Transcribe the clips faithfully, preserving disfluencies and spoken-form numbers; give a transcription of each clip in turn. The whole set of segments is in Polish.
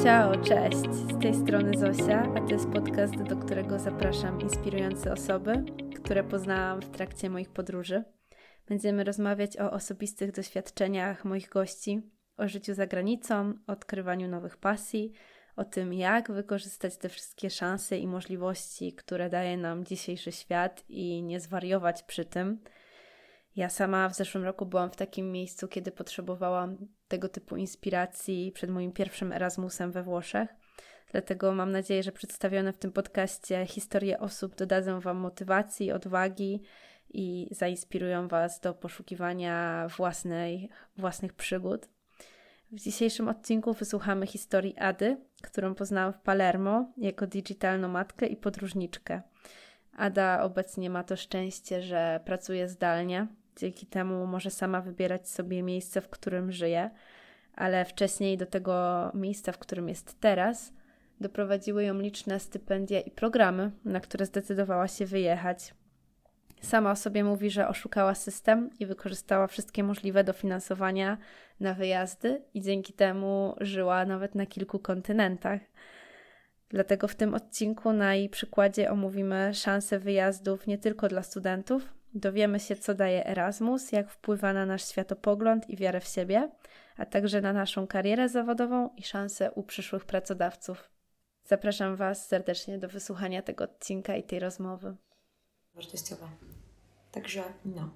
Ciao, cześć! Z tej strony Zosia, a to jest podcast, do którego zapraszam inspirujące osoby, które poznałam w trakcie moich podróży. Będziemy rozmawiać o osobistych doświadczeniach moich gości, o życiu za granicą, o odkrywaniu nowych pasji, o tym, jak wykorzystać te wszystkie szanse i możliwości, które daje nam dzisiejszy świat i nie zwariować przy tym. Ja sama w zeszłym roku byłam w takim miejscu, kiedy potrzebowałam tego typu inspiracji przed moim pierwszym Erasmusem we Włoszech. Dlatego mam nadzieję, że przedstawione w tym podcaście historie osób dodadzą Wam motywacji, odwagi i zainspirują Was do poszukiwania własnej, własnych przygód. W dzisiejszym odcinku wysłuchamy historii Ady, którą poznałam w Palermo jako digitalną matkę i podróżniczkę. Ada obecnie ma to szczęście, że pracuje zdalnie. Dzięki temu może sama wybierać sobie miejsce, w którym żyje, ale wcześniej do tego miejsca, w którym jest teraz, doprowadziły ją liczne stypendia i programy, na które zdecydowała się wyjechać. Sama o sobie mówi, że oszukała system i wykorzystała wszystkie możliwe dofinansowania na wyjazdy i dzięki temu żyła nawet na kilku kontynentach. Dlatego w tym odcinku na jej przykładzie omówimy szanse wyjazdów nie tylko dla studentów. Dowiemy się, co daje Erasmus, jak wpływa na nasz światopogląd i wiarę w siebie, a także na naszą karierę zawodową i szanse u przyszłych pracodawców. Zapraszam Was serdecznie do wysłuchania tego odcinka i tej rozmowy. Wartościowe. Także no.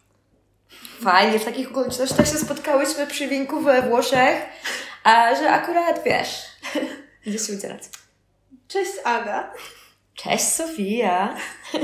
Fajnie, w takich okolicznościach się spotkałyśmy przy winku we Włoszech, a że akurat wiesz, gdzie się udzielać. Cześć Ada. Cześć Sofia.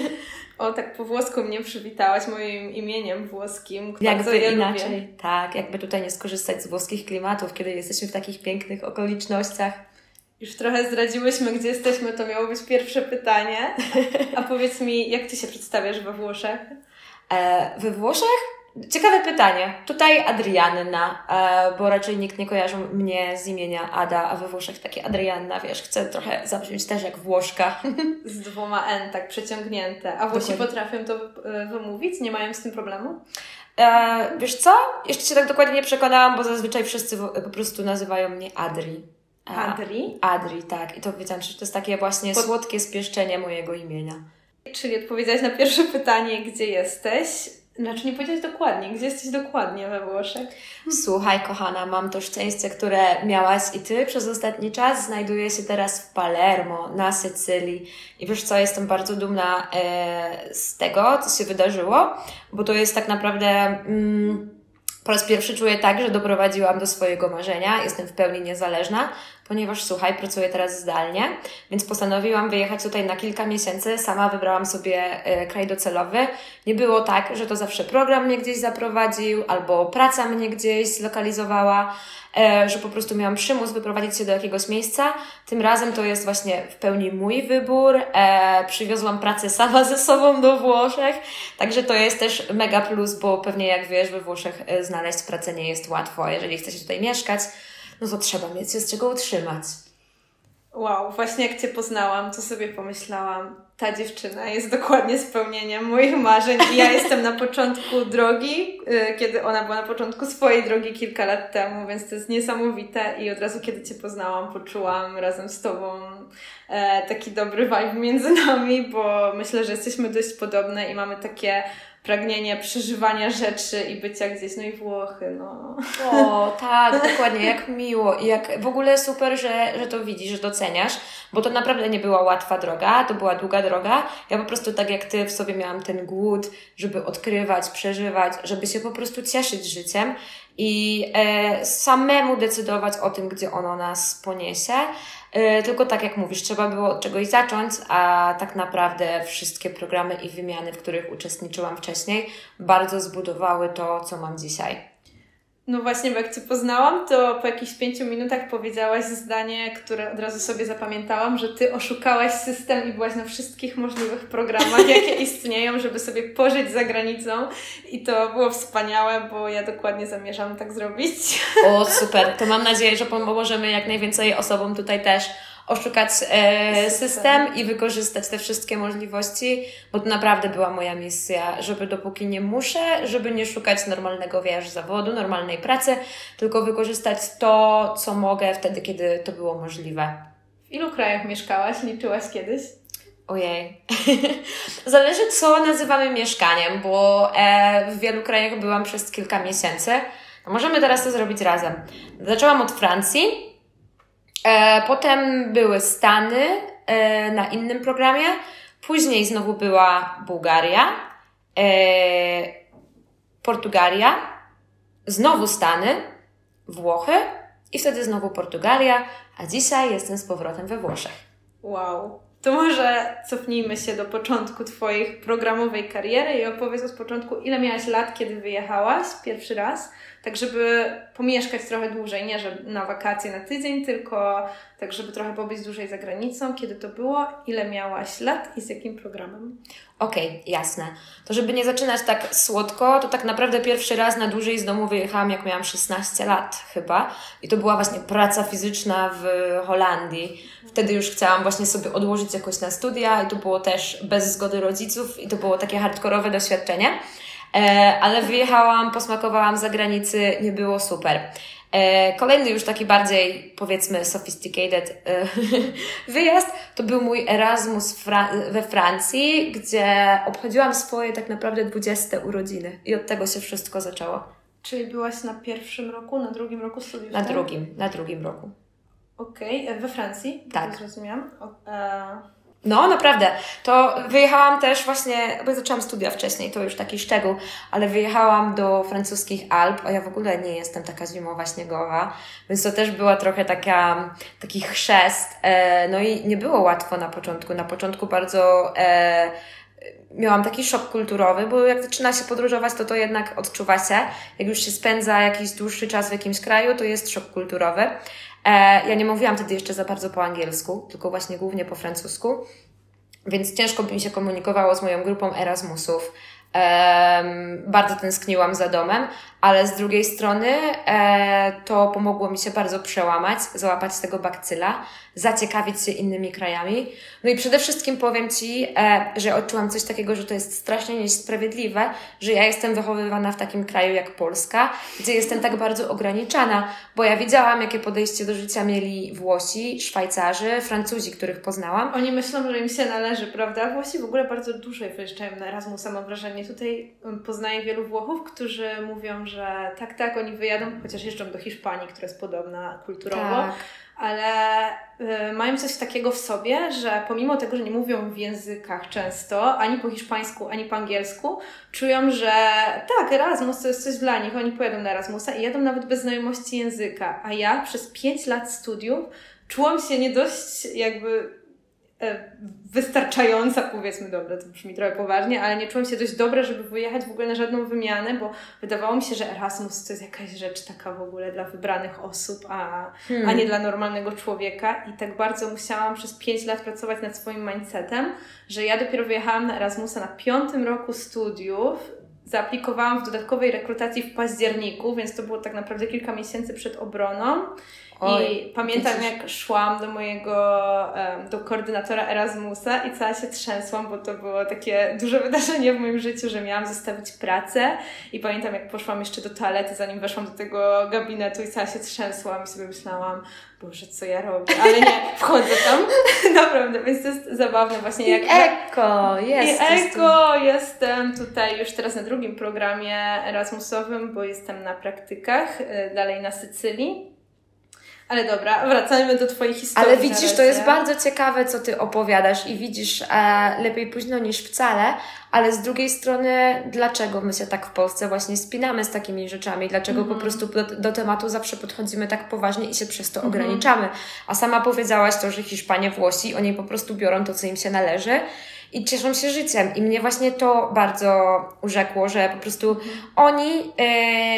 O, tak po włosku mnie przywitałaś moim imieniem włoskim. Jakby ja inaczej, lubię. tak, jakby tutaj nie skorzystać z włoskich klimatów, kiedy jesteśmy w takich pięknych okolicznościach. Już trochę zdradziłyśmy, gdzie jesteśmy, to miało być pierwsze pytanie. A powiedz mi, jak Ty się przedstawiasz we Włoszech? E, we Włoszech? Ciekawe pytanie. Tutaj Adrianna, e, bo raczej nikt nie kojarzy mnie z imienia Ada, a we Włoszech takie Adrianna, wiesz, chcę trochę zabrzmieć też jak Włoszka. Z dwoma N, tak przeciągnięte. A Włosi Dokładnie. potrafią to wymówić? Nie mają z tym problemu? E, wiesz co? Jeszcze się tak dokładnie nie przekonałam, bo zazwyczaj wszyscy po prostu nazywają mnie Adri. E, Adri? Adri, tak. I to wiedziałam, że to jest takie właśnie Pod... słodkie spieszczenie mojego imienia. Czyli odpowiedziałaś na pierwsze pytanie, gdzie jesteś? Znaczy nie powiedziałaś dokładnie. Gdzie jesteś dokładnie we Włoszech? Słuchaj, kochana, mam to szczęście, które miałaś i Ty przez ostatni czas. Znajduję się teraz w Palermo, na Sycylii. I wiesz co, jestem bardzo dumna e, z tego, co się wydarzyło, bo to jest tak naprawdę... Mm, po raz pierwszy czuję tak, że doprowadziłam do swojego marzenia. Jestem w pełni niezależna, ponieważ, słuchaj, pracuję teraz zdalnie, więc postanowiłam wyjechać tutaj na kilka miesięcy. Sama wybrałam sobie e, kraj docelowy. Nie było tak, że to zawsze program mnie gdzieś zaprowadził albo praca mnie gdzieś zlokalizowała, e, że po prostu miałam przymus wyprowadzić się do jakiegoś miejsca. Tym razem to jest właśnie w pełni mój wybór. E, przywiozłam pracę sama ze sobą do Włoszech, także to jest też mega plus, bo pewnie jak wiesz, we Włoszech e, znaleźć pracę nie jest łatwo, a jeżeli chce się tutaj mieszkać, no to trzeba mieć się z czego utrzymać. Wow, właśnie jak Cię poznałam, to sobie pomyślałam, ta dziewczyna jest dokładnie spełnieniem moich marzeń i ja jestem na początku drogi, kiedy ona była na początku swojej drogi kilka lat temu, więc to jest niesamowite i od razu kiedy Cię poznałam, poczułam razem z Tobą e, taki dobry vibe między nami, bo myślę, że jesteśmy dość podobne i mamy takie pragnienie przeżywania rzeczy i bycia gdzieś, no i Włochy, no. O, tak, dokładnie, jak miło i jak w ogóle super, że, że to widzisz, że doceniasz, bo to naprawdę nie była łatwa droga, to była długa droga. Ja po prostu tak jak Ty w sobie miałam ten głód, żeby odkrywać, przeżywać, żeby się po prostu cieszyć życiem i e, samemu decydować o tym, gdzie ono nas poniesie. Yy, tylko tak jak mówisz, trzeba było od czegoś zacząć, a tak naprawdę wszystkie programy i wymiany, w których uczestniczyłam wcześniej, bardzo zbudowały to, co mam dzisiaj. No właśnie, bo jak Cię poznałam, to po jakichś pięciu minutach powiedziałaś zdanie, które od razu sobie zapamiętałam, że Ty oszukałaś system i byłaś na wszystkich możliwych programach, jakie istnieją, żeby sobie pożyć za granicą i to było wspaniałe, bo ja dokładnie zamierzam tak zrobić. O, super. To mam nadzieję, że pomożemy jak najwięcej osobom tutaj też oszukać e, system i wykorzystać te wszystkie możliwości, bo to naprawdę była moja misja, żeby dopóki nie muszę, żeby nie szukać normalnego, wiesz, zawodu, normalnej pracy, tylko wykorzystać to, co mogę wtedy, kiedy to było możliwe. W ilu krajach mieszkałaś? Liczyłaś kiedyś? Ojej. Zależy, co nazywamy mieszkaniem, bo e, w wielu krajach byłam przez kilka miesięcy. No możemy teraz to zrobić razem. Zaczęłam od Francji, e, potem były Stany e, na innym programie, później znowu była Bułgaria, e, Portugalia, znowu Stany, Włochy i wtedy znowu Portugalia, a dzisiaj jestem z powrotem we Włoszech. Wow. To może cofnijmy się do początku Twojej programowej kariery i opowiedz od początku, ile miałaś lat, kiedy wyjechałaś pierwszy raz, tak żeby pomieszkać trochę dłużej, nie że na wakacje na tydzień, tylko tak żeby trochę pobyć dłużej za granicą. Kiedy to było? Ile miałaś lat i z jakim programem? Okej, okay, jasne. To żeby nie zaczynać tak słodko, to tak naprawdę pierwszy raz na dłużej z domu wyjechałam, jak miałam szesnaście lat chyba. I to była właśnie praca fizyczna w Holandii. Wtedy już chciałam właśnie sobie odłożyć jakoś na studia i to było też bez zgody rodziców i to było takie hardkorowe doświadczenie. E, ale wyjechałam, posmakowałam zagranicy, nie było super. E, kolejny już taki bardziej, powiedzmy, sophisticated e, wyjazd to był mój Erasmus Fra- we Francji, gdzie obchodziłam swoje tak naprawdę dwudzieste urodziny i od tego się wszystko zaczęło. Czyli byłaś na pierwszym roku, na drugim roku studiów? Na tak? drugim, na drugim roku. Okej, okay. We Francji? Tak. Zrozumiałam. O, e... No, naprawdę. To wyjechałam też właśnie, bo zaczęłam studia wcześniej, to już taki szczegół, ale wyjechałam do francuskich Alp, a ja w ogóle nie jestem taka zimowa, śniegowa, więc to też była trochę taka, taki chrzest. E, no i nie było łatwo na początku. Na początku bardzo e, miałam taki szok kulturowy, bo jak zaczyna się podróżować, to to jednak odczuwa się. Jak już się spędza jakiś dłuższy czas w jakimś kraju, to jest szok kulturowy. Ja nie mówiłam wtedy jeszcze za bardzo po angielsku, tylko właśnie głównie po francusku, więc ciężko by mi się komunikowało z moją grupą Erasmusów. Um, bardzo tęskniłam za domem, ale z drugiej strony e, to pomogło mi się bardzo przełamać, załapać tego bakcyla, zaciekawić się innymi krajami. No i przede wszystkim powiem Ci, e, że odczułam coś takiego, że to jest strasznie niesprawiedliwe, że ja jestem wychowywana w takim kraju jak Polska, gdzie jestem tak bardzo ograniczana, bo ja widziałam, jakie podejście do życia mieli Włosi, Szwajcarzy, Francuzi, których poznałam. Oni myślą, że im się należy, prawda? Włosi w ogóle bardzo dużo wyjeżdżają na Erasmusa, mam wrażenie. Tutaj poznaję wielu Włochów, którzy mówią, że tak, tak, oni wyjadą, chociaż jeżdżą do Hiszpanii, która jest podobna kulturowo, tak. ale y, mają coś takiego w sobie, że pomimo tego, że nie mówią w językach często, ani po hiszpańsku, ani po angielsku, czują, że tak, Erasmus to jest coś dla nich, oni pojadą na Erasmusa i jadą nawet bez znajomości języka, a ja przez pięć lat studiów czułam się nie dość jakby wystarczająca, powiedzmy, dobra, to brzmi trochę poważnie, ale nie czułam się dość dobra, żeby wyjechać w ogóle na żadną wymianę, bo wydawało mi się, że Erasmus to jest jakaś rzecz taka w ogóle dla wybranych osób, a, hmm. a nie dla normalnego człowieka i tak bardzo musiałam przez pięć lat pracować nad swoim mindsetem, że ja dopiero wyjechałam na Erasmusa na piątym roku studiów, zaaplikowałam w dodatkowej rekrutacji w październiku, więc to było tak naprawdę kilka miesięcy przed obroną. Oj, I pamiętam, widzisz? Jak szłam do mojego, do koordynatora Erasmusa i cała się trzęsłam, bo to było takie duże wydarzenie w moim życiu, że miałam zostawić pracę i pamiętam, jak poszłam jeszcze do toalety, zanim weszłam do tego gabinetu i cała się trzęsłam i sobie myślałam, Boże, co ja robię, ale nie, wchodzę tam, naprawdę, więc to jest zabawne właśnie. Jak I eko, jest. I eko, jestem tutaj już teraz na drugim programie Erasmusowym, bo jestem na praktykach, dalej na Sycylii. Ale dobra, wracajmy do Twojej historii. Ale widzisz, to jest bardzo ciekawe, co Ty opowiadasz i widzisz, e, lepiej późno niż wcale, ale z drugiej strony, dlaczego my się tak w Polsce właśnie spinamy z takimi rzeczami? Dlaczego mm-hmm. po prostu do, do tematu zawsze podchodzimy tak poważnie i się przez to mm-hmm. ograniczamy? A sama powiedziałaś to, że Hiszpanie, Włosi, oni po prostu biorą to, co im się należy i cieszą się życiem. I mnie właśnie to bardzo urzekło, że po prostu mm-hmm. oni... E,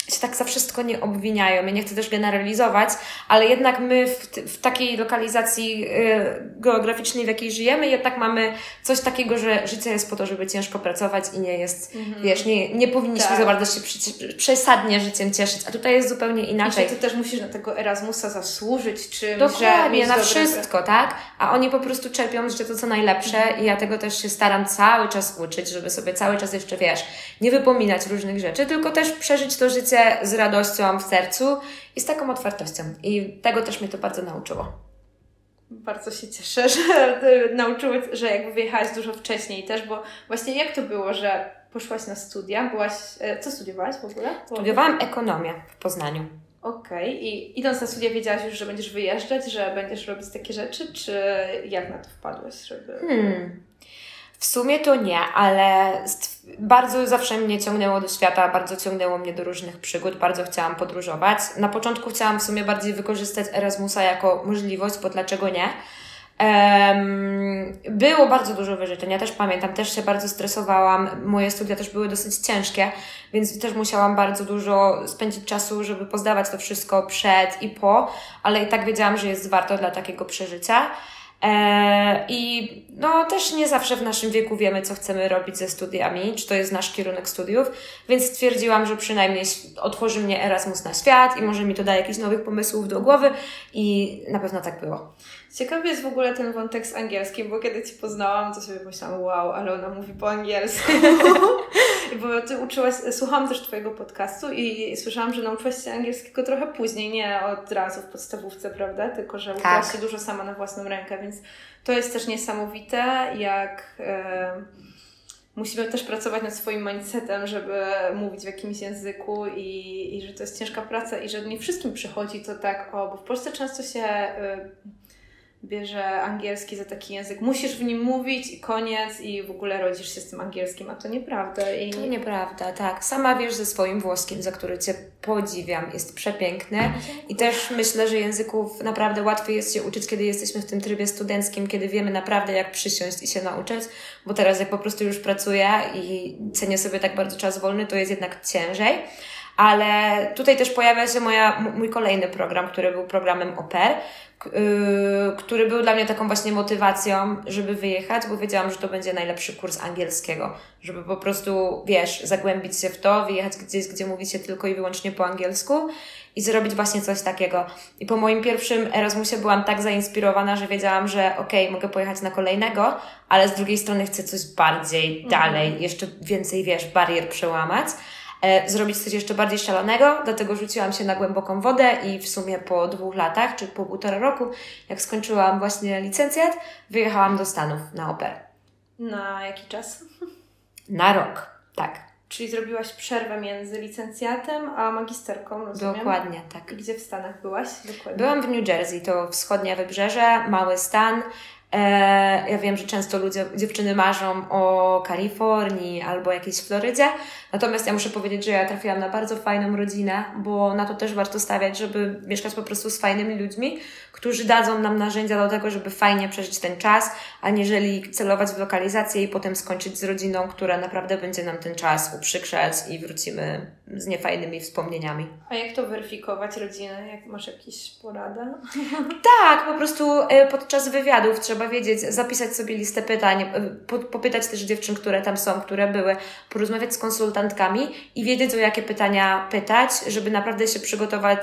się tak za wszystko nie obwiniają. Ja nie chcę też generalizować, ale jednak my w, w takiej lokalizacji y, geograficznej, w jakiej żyjemy, jednak mamy coś takiego, że życie jest po to, żeby ciężko pracować i nie jest, mhm. wiesz, nie, nie powinniśmy tak. za bardzo się przy, przesadnie życiem cieszyć, a tutaj jest zupełnie inaczej. I że ty też musisz na tego Erasmusa zasłużyć czymś, dokładnie, że na wszystko, tak? A oni po prostu czerpią z życia to, co najlepsze mhm. i ja tego też się staram cały czas uczyć, żeby sobie cały czas jeszcze, wiesz, nie wypominać różnych rzeczy, tylko też przeżyć to życie z radością w sercu i z taką otwartością. I tego też mnie to bardzo nauczyło. Bardzo się cieszę, że nauczyły, że jakby wyjechałaś dużo wcześniej też, bo właśnie jak to było, że poszłaś na studia, byłaś, co studiowałaś w ogóle? Studiowałam ekonomię w Poznaniu. Okej. Okay. I idąc na studia wiedziałaś już, że będziesz wyjeżdżać, że będziesz robić takie rzeczy, czy jak na to wpadłaś, żeby... Hmm. W sumie to nie, ale bardzo zawsze mnie ciągnęło do świata, bardzo ciągnęło mnie do różnych przygód, bardzo chciałam podróżować. Na początku chciałam w sumie bardziej wykorzystać Erasmusa jako możliwość, bo dlaczego nie? Um, było bardzo dużo wyrzeczeń, ja też pamiętam, też się bardzo stresowałam, moje studia też były dosyć ciężkie, więc też musiałam bardzo dużo spędzić czasu, żeby pozdawać to wszystko przed i po, ale i tak wiedziałam, że jest warto dla takiego przeżycia. I no też nie zawsze w naszym wieku wiemy, co chcemy robić ze studiami, czy to jest nasz kierunek studiów, więc stwierdziłam, że przynajmniej otworzy mnie Erasmus na świat i może mi to da jakichś nowych pomysłów do głowy i na pewno tak było. Ciekawy jest w ogóle ten wątek z angielskim, bo kiedy Cię poznałam, to sobie myślałam, wow, ale ona mówi po angielsku. Bo Ty uczyłaś, słuchałam też Twojego podcastu i słyszałam, że nauczyłaś się angielskiego trochę później, nie od razu w podstawówce, prawda? Tylko, że uczyłaś tak. się dużo sama na własną rękę, więc to jest też niesamowite, jak e, musimy też pracować nad swoim mindsetem, żeby mówić w jakimś języku i, i że to jest ciężka praca i że nie wszystkim przychodzi to tak, o, bo w Polsce często się... E, bierze angielski za taki język. Musisz w nim mówić i koniec i w ogóle rodzisz się z tym angielskim, a to nieprawda. I... To nieprawda, tak. Sama wiesz ze swoim włoskim, za który Cię podziwiam. Jest przepiękny i też myślę, że języków naprawdę łatwiej jest się uczyć, kiedy jesteśmy w tym trybie studenckim, kiedy wiemy naprawdę jak przysiąść i się nauczyć, bo teraz jak po prostu już pracuję i cenię sobie tak bardzo czas wolny, to jest jednak ciężej. Ale tutaj też pojawia się moja, mój kolejny program, który był programem au pair, Yy, który był dla mnie taką właśnie motywacją, żeby wyjechać, bo wiedziałam, że to będzie najlepszy kurs angielskiego, żeby po prostu, wiesz, zagłębić się w to, wyjechać gdzieś, gdzie mówi się tylko i wyłącznie po angielsku i zrobić właśnie coś takiego. I po moim pierwszym Erasmusie byłam tak zainspirowana, że wiedziałam, że okej, okay, mogę pojechać na kolejnego, ale z drugiej strony chcę coś bardziej, mm. dalej, jeszcze więcej, wiesz, barier przełamać. Zrobić coś jeszcze bardziej szalonego, dlatego rzuciłam się na głęboką wodę i w sumie po dwóch latach, czy po półtora roku, jak skończyłam właśnie licencjat, wyjechałam do Stanów na au pair. Na jaki czas? Na rok, tak. Czyli zrobiłaś przerwę między licencjatem a magisterką, rozumiem? Dokładnie, tak. I gdzie w Stanach byłaś? Dokładnie. Byłam w New Jersey, to wschodnie wybrzeże, mały stan. Ja wiem, że często ludzie, dziewczyny marzą o Kalifornii albo jakiejś Florydzie, natomiast ja muszę powiedzieć, że ja trafiłam na bardzo fajną rodzinę, bo na to też warto stawiać, żeby mieszkać po prostu z fajnymi ludźmi, którzy dadzą nam narzędzia do tego, żeby fajnie przeżyć ten czas, aniżeli celować w lokalizację i potem skończyć z rodziną, która naprawdę będzie nam ten czas uprzykrzać i wrócimy z niefajnymi wspomnieniami. A jak to weryfikować rodzinę? Jak masz jakieś poradę? Tak, po prostu podczas wywiadów trzeba wiedzieć, zapisać sobie listę pytań, popytać też dziewczyn, które tam są, które były, porozmawiać z konsultantkami i wiedzieć, o jakie pytania pytać, żeby naprawdę się przygotować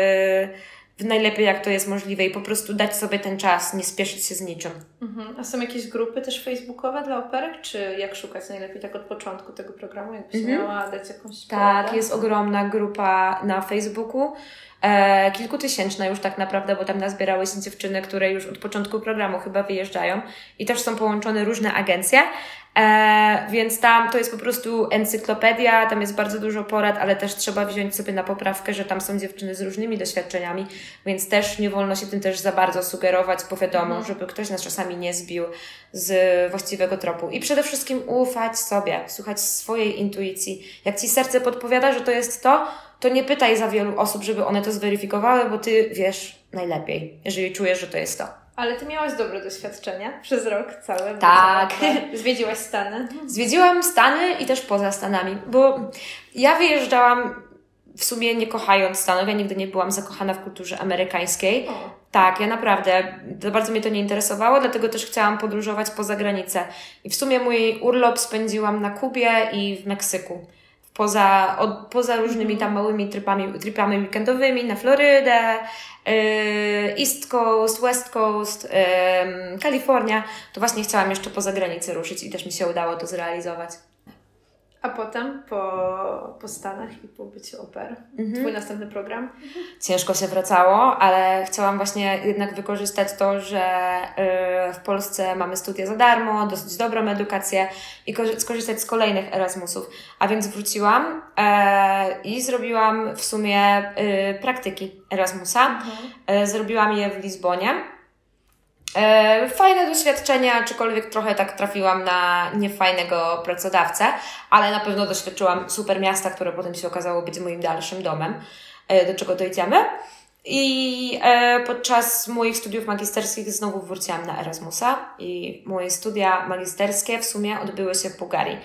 w najlepiej jak to jest możliwe i po prostu dać sobie ten czas, nie spieszyć się z niczym. Mhm. A są jakieś grupy też facebookowe dla au pairek? Czy jak szukać najlepiej tak od początku tego programu? Jakbyś mhm. miała dać jakąś poradę? Tak, jest ogromna grupa na Facebooku. E, kilkutysięczna już tak naprawdę, bo tam nazbierały się dziewczyny, które już od początku programu chyba wyjeżdżają i też są połączone różne agencje, e, więc tam to jest po prostu encyklopedia, tam jest bardzo dużo porad, ale też trzeba wziąć sobie na poprawkę, że tam są dziewczyny z różnymi doświadczeniami, więc też nie wolno się tym też za bardzo sugerować, bo wiadomo, mhm. żeby ktoś nas czasami nie zbił z właściwego tropu. I przede wszystkim ufać sobie, słuchać swojej intuicji. Jak Ci serce podpowiada, że to jest to, to nie pytaj za wielu osób, żeby one to zweryfikowały, bo Ty wiesz najlepiej, jeżeli czujesz, że to jest to. Ale Ty miałaś dobre doświadczenia przez rok cały. Tak. Zwiedziłaś Stany? Zwiedziłam Stany i też poza Stanami, bo ja wyjeżdżałam w sumie nie kochając Stanów, ja nigdy nie byłam zakochana w kulturze amerykańskiej. O. Tak, ja naprawdę, to bardzo mnie to nie interesowało, dlatego też chciałam podróżować poza granicę. I w sumie mój urlop spędziłam na Kubie i w Meksyku. Poza, od, poza różnymi tam małymi tripami, tripami weekendowymi na Florydę, yy, East Coast, West Coast, yy, Kalifornia, to właśnie chciałam jeszcze poza granicę ruszyć i też mi się udało to zrealizować. A potem po, po Stanach i po byciu au pair, mhm. Twój następny program? Ciężko się wracało, ale chciałam właśnie jednak wykorzystać to, że yy, w Polsce mamy studia za darmo, dosyć dobrą edukację i ko- skorzystać z kolejnych Erasmusów. A więc wróciłam yy, i zrobiłam w sumie yy, praktyki Erasmusa. Mhm. Yy, zrobiłam je w Lizbonie. Fajne doświadczenia, aczkolwiek trochę tak trafiłam na niefajnego pracodawcę, ale na pewno doświadczyłam super miasta, które potem się okazało być moim dalszym domem, do czego dojdziemy. I podczas moich studiów magisterskich znowu wróciłam na Erasmusa i moje studia magisterskie w sumie odbyły się w Bułgarii.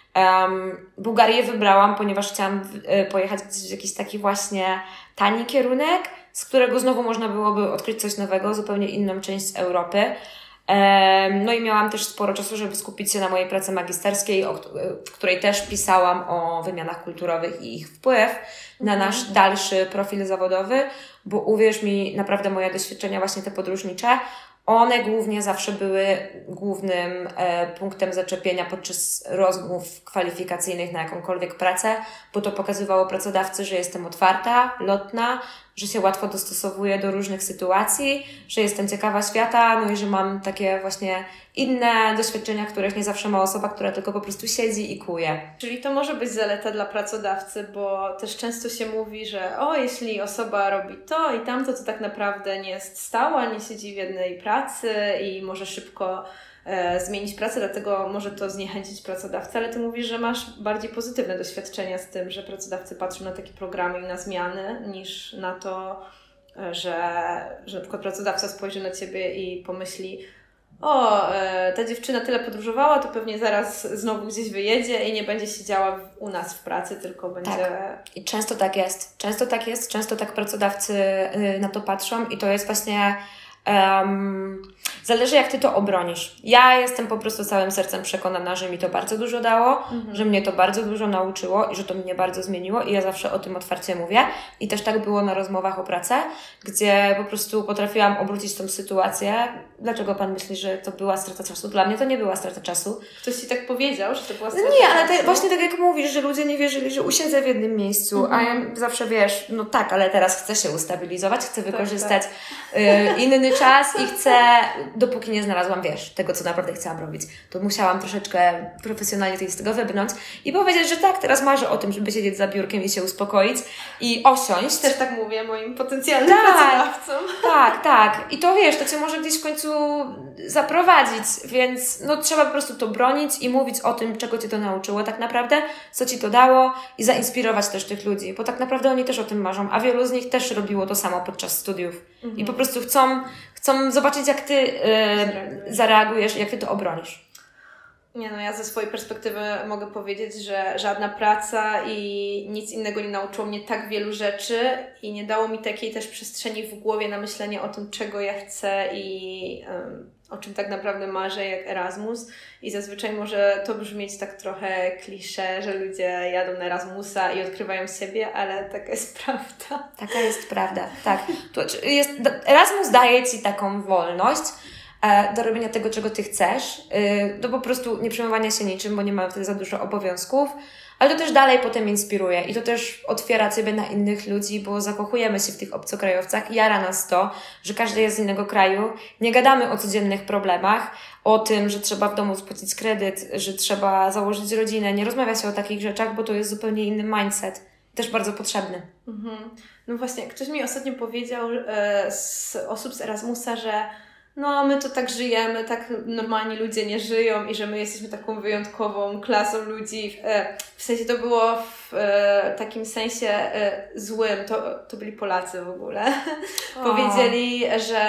Um, Bułgarię wybrałam, ponieważ chciałam pojechać w jakiś taki właśnie tani kierunek, z którego znowu można byłoby odkryć coś nowego, zupełnie inną część Europy. Um, no i miałam też sporo czasu, żeby skupić się na mojej pracy magisterskiej, o, w której też pisałam o wymianach kulturowych i ich wpływ na nasz dalszy profil zawodowy, bo uwierz mi, naprawdę moje doświadczenia właśnie te podróżnicze, one głównie zawsze były głównym e, punktem zaczepienia podczas rozmów kwalifikacyjnych na jakąkolwiek pracę, bo to pokazywało pracodawcy, że jestem otwarta, lotna, że się łatwo dostosowuję do różnych sytuacji, że jestem ciekawa świata, no i że mam takie właśnie inne doświadczenia, których nie zawsze ma osoba, która tylko po prostu siedzi i kuje. Czyli to może być zaleta dla pracodawcy, bo też często się mówi, że o, jeśli osoba robi to i tamto, to tak naprawdę nie jest stała, nie siedzi w jednej pracy i może szybko e, zmienić pracę, dlatego może to zniechęcić pracodawcę, ale Ty mówisz, że masz bardziej pozytywne doświadczenia z tym, że pracodawcy patrzą na takie programy i na zmiany, niż na to, że, że na przykład pracodawca spojrzy na Ciebie i pomyśli: o, e, ta dziewczyna tyle podróżowała, to pewnie zaraz znowu gdzieś wyjedzie i nie będzie siedziała u nas w pracy, tylko będzie... Tak. I często tak jest. Często tak jest. Często tak pracodawcy y, na to patrzą i to jest właśnie... Um, zależy, jak Ty to obronisz. Ja jestem po prostu całym sercem przekonana, że mi to bardzo dużo dało, mhm. że mnie to bardzo dużo nauczyło i że to mnie bardzo zmieniło i ja zawsze o tym otwarcie mówię. I też tak było na rozmowach o pracę, gdzie po prostu potrafiłam obrócić tą sytuację. Dlaczego Pan myśli, że to była strata czasu? Dla mnie to nie była strata czasu. Ktoś Ci tak powiedział, że to była strata czasu? Nie, ale te, właśnie tak jak mówisz, że ludzie nie wierzyli, że usiedzę w jednym miejscu, mhm. a ja zawsze wiesz, no tak, ale teraz chcę się ustabilizować, chcę wykorzystać tak, tak. Y, inny czas i chcę, dopóki nie znalazłam, wiesz, tego, co naprawdę chciałam robić, to musiałam troszeczkę profesjonalnie z tego wybrnąć i powiedzieć, że tak, teraz marzę o tym, żeby siedzieć za biurkiem i się uspokoić i osiąść. Też tak mówię moim potencjalnym tak, pracodawcom. Tak, tak. I to wiesz, to Cię może gdzieś w końcu zaprowadzić, więc no trzeba po prostu to bronić i mówić o tym, czego Cię to nauczyło tak naprawdę, co Ci to dało i zainspirować też tych ludzi, bo tak naprawdę oni też o tym marzą, a wielu z nich też robiło to samo podczas studiów mhm. i po prostu chcą Chcą zobaczyć, jak Ty yy, zareagujesz, jak Ty to obronisz. Nie no, ja ze swojej perspektywy mogę powiedzieć, że żadna praca i nic innego nie nauczyło mnie tak wielu rzeczy i nie dało mi takiej też przestrzeni w głowie na myślenie o tym, czego ja chcę i yy, o czym tak naprawdę marzę, jak Erasmus. I zazwyczaj może to brzmieć tak trochę klisze, że ludzie jadą na Erasmusa i odkrywają siebie, ale taka jest prawda. Taka jest prawda, tak. Jest, Erasmus daje Ci taką wolność e, do robienia tego, czego Ty chcesz, e, do po prostu nie przejmowania się niczym, bo nie ma wtedy za dużo obowiązków, ale to też dalej potem inspiruje i to też otwiera Ciebie na innych ludzi, bo zakochujemy się w tych obcokrajowcach. Jara nas to, że każdy jest z innego kraju. Nie gadamy o codziennych problemach, o tym, że trzeba w domu spłacić kredyt, że trzeba założyć rodzinę. Nie rozmawia się o takich rzeczach, bo to jest zupełnie inny mindset. Też bardzo potrzebny. Mhm. No właśnie, ktoś mi ostatnio powiedział e, z osób z Erasmusa, że no my to tak żyjemy, tak normalni ludzie nie żyją i że my jesteśmy taką wyjątkową klasą ludzi. E, w sensie to było w e, takim sensie e, złym. To, to byli Polacy w ogóle. Powiedzieli, że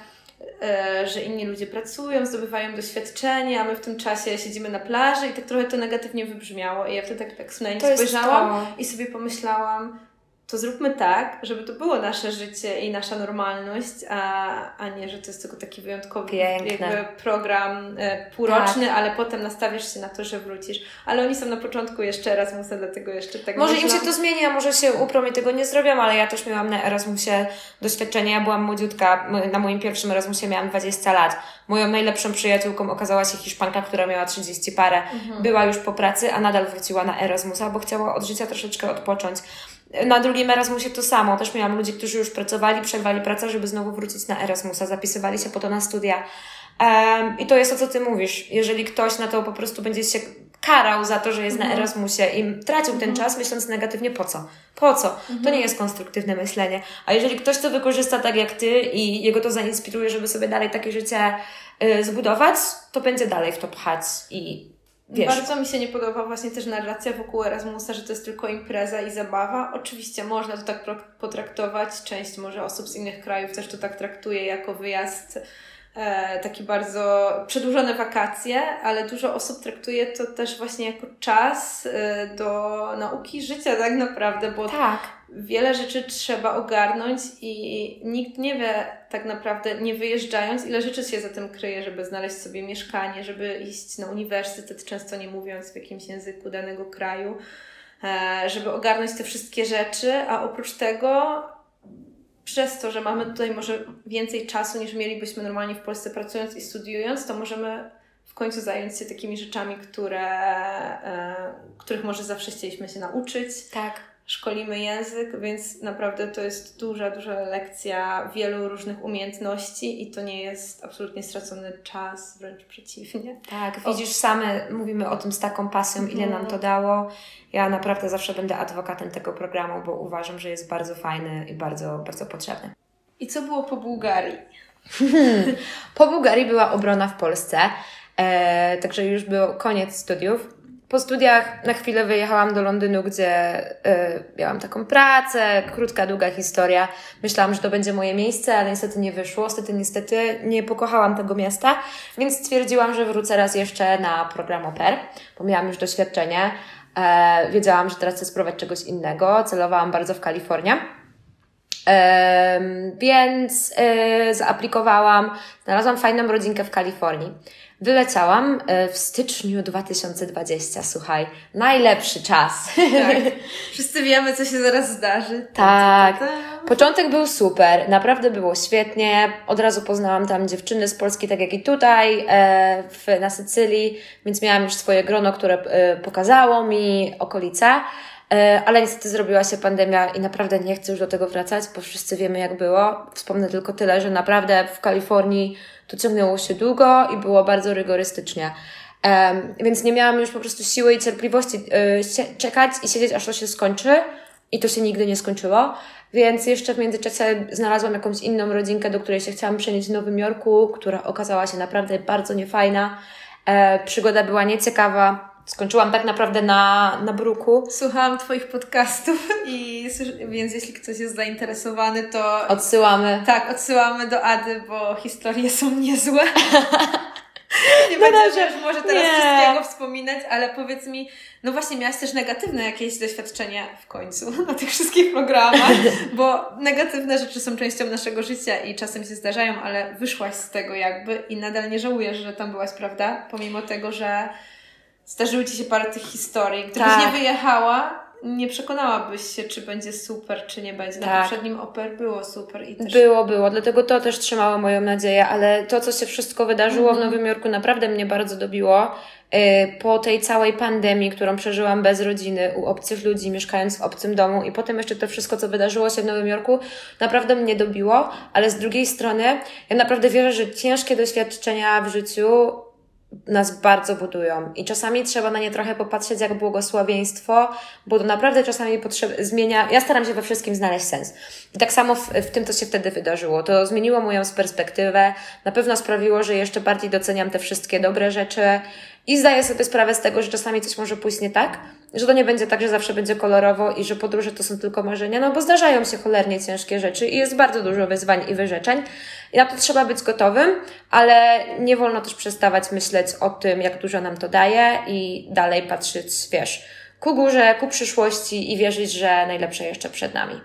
że inni ludzie pracują, zdobywają doświadczenie, a my w tym czasie siedzimy na plaży i tak trochę to negatywnie wybrzmiało. I ja wtedy tak, tak na nich spojrzałam i sobie pomyślałam, to zróbmy tak, żeby to było nasze życie i nasza normalność, a, a nie, że to jest tylko taki wyjątkowy jakby program e, półroczny, tak. ale potem nastawiasz się na to, że wrócisz. Ale oni są na początku jeszcze Erasmusa, dlatego jeszcze tak Może myślą. im się to zmieni, a może się uprą i tego nie zrobią, ale ja też miałam na Erasmusie doświadczenie. Ja byłam młodziutka, na moim pierwszym Erasmusie miałam dwadzieścia lat. Moją najlepszą przyjaciółką okazała się Hiszpanka, która miała trzydzieści parę. Mhm. Była już po pracy, a nadal wróciła na Erasmusa, bo chciała od życia troszeczkę odpocząć. Na drugim Erasmusie to samo. Też miałam ludzi, którzy już pracowali, przerwali pracę, żeby znowu wrócić na Erasmusa. Zapisywali się po to na studia. Um, I to jest to, co ty mówisz. Jeżeli ktoś na to po prostu będzie się karał za to, że jest mm. na Erasmusie i tracił ten mm. czas, myśląc negatywnie, po co? Po co? Mm. To nie jest konstruktywne myślenie. A jeżeli ktoś to wykorzysta tak jak ty i jego to zainspiruje, żeby sobie dalej takie życie y, zbudować, to będzie dalej w to pchać i wiesz. Bardzo mi się nie podoba właśnie też narracja wokół Erasmusa, że to jest tylko impreza i zabawa. Oczywiście można to tak potraktować. Część może osób z innych krajów też to tak traktuje jako wyjazd e, taki bardzo przedłużone wakacje, ale dużo osób traktuje to też właśnie jako czas e, do nauki życia tak naprawdę, bo tak. wiele rzeczy trzeba ogarnąć i nikt nie wie tak naprawdę, nie wyjeżdżając, ile rzeczy się za tym kryje, żeby znaleźć sobie mieszkanie, żeby iść na uniwersytet, często nie mówiąc w jakimś języku danego kraju, żeby ogarnąć te wszystkie rzeczy, a oprócz tego przez to, że mamy tutaj może więcej czasu niż mielibyśmy normalnie w Polsce pracując i studiując, to możemy w końcu zająć się takimi rzeczami, które, których może zawsze chcieliśmy się nauczyć. Tak. Szkolimy język, więc naprawdę to jest duża, duża lekcja wielu różnych umiejętności i to nie jest absolutnie stracony czas, wręcz przeciwnie. Tak, widzisz, same mówimy o tym z taką pasją, ile nam to dało. Ja naprawdę zawsze będę adwokatem tego programu, bo uważam, że jest bardzo fajny i bardzo, bardzo potrzebny. I co było po Bułgarii? Po Bułgarii była obrona w Polsce, e, także już był koniec studiów. Po studiach na chwilę wyjechałam do Londynu, gdzie y, miałam taką pracę, krótka, długa historia. Myślałam, że to będzie moje miejsce, ale niestety nie wyszło. Niestety, niestety nie pokochałam tego miasta, więc stwierdziłam, że wrócę raz jeszcze na program au pair, bo miałam już doświadczenie. E, wiedziałam, że teraz chcę spróbować czegoś innego. Celowałam bardzo w Kalifornię. E, więc e, zaaplikowałam, znalazłam fajną rodzinkę w Kalifornii. Wyleciałam w styczniu dwa tysiące dwudziestym, słuchaj, najlepszy czas. Tak. Wszyscy wiemy, co się zaraz zdarzy. Tak. Początek był super, naprawdę było świetnie. Od razu poznałam tam dziewczyny z Polski, tak jak i tutaj, w, na Sycylii, więc miałam już swoje grono, które pokazało mi okolice. Ale niestety zrobiła się pandemia i naprawdę nie chcę już do tego wracać, bo wszyscy wiemy, jak było. Wspomnę tylko tyle, że naprawdę w Kalifornii to ciągnęło się długo i było bardzo rygorystycznie. Um, więc nie miałam już po prostu siły i cierpliwości yy, czekać i siedzieć, aż to się skończy. I to się nigdy nie skończyło. Więc jeszcze w międzyczasie znalazłam jakąś inną rodzinkę, do której się chciałam przenieść w Nowym Jorku, która okazała się naprawdę bardzo niefajna. E, przygoda była nieciekawa. Skończyłam tak naprawdę na, na bruku. Słuchałam Twoich podcastów, i więc jeśli ktoś jest zainteresowany, to... Odsyłamy. Tak, odsyłamy do Ady, bo historie są niezłe. Nie no będę już może teraz nie. wszystkiego wspominać, ale powiedz mi, no właśnie miałaś też negatywne jakieś doświadczenia w końcu na tych wszystkich programach, bo negatywne rzeczy są częścią naszego życia i czasem się zdarzają, ale wyszłaś z tego jakby i nadal nie żałujesz, że tam byłaś, prawda? Pomimo tego, że zdarzyły Ci się parę tych historii. Gdybyś tak. nie wyjechała, nie przekonałabyś się, czy będzie super, czy nie będzie. Na tak. poprzednim au pair było super. I też... Było, było. Dlatego to też trzymało moją nadzieję, ale to, co się wszystko wydarzyło mm-hmm. w Nowym Jorku, naprawdę mnie bardzo dobiło. Po tej całej pandemii, którą przeżyłam bez rodziny, u obcych ludzi, mieszkając w obcym domu i potem jeszcze to wszystko, co wydarzyło się w Nowym Jorku, naprawdę mnie dobiło, ale z drugiej strony ja naprawdę wierzę, że ciężkie doświadczenia w życiu nas bardzo budują i czasami trzeba na nie trochę popatrzeć jak błogosławieństwo, bo to naprawdę czasami potrzeb- zmienia, ja staram się we wszystkim znaleźć sens i tak samo w, w tym, co się wtedy wydarzyło, to zmieniło moją perspektywę, na pewno sprawiło, że jeszcze bardziej doceniam te wszystkie dobre rzeczy i zdaję sobie sprawę z tego, że czasami coś może pójść nie tak, że to nie będzie tak, że zawsze będzie kolorowo i że podróże to są tylko marzenia, no bo zdarzają się cholernie ciężkie rzeczy i jest bardzo dużo wyzwań i wyrzeczeń i na to trzeba być gotowym, ale nie wolno też przestawać myśleć o tym, jak dużo nam to daje i dalej patrzeć, wiesz, ku górze, ku przyszłości i wierzyć, że najlepsze jeszcze przed nami.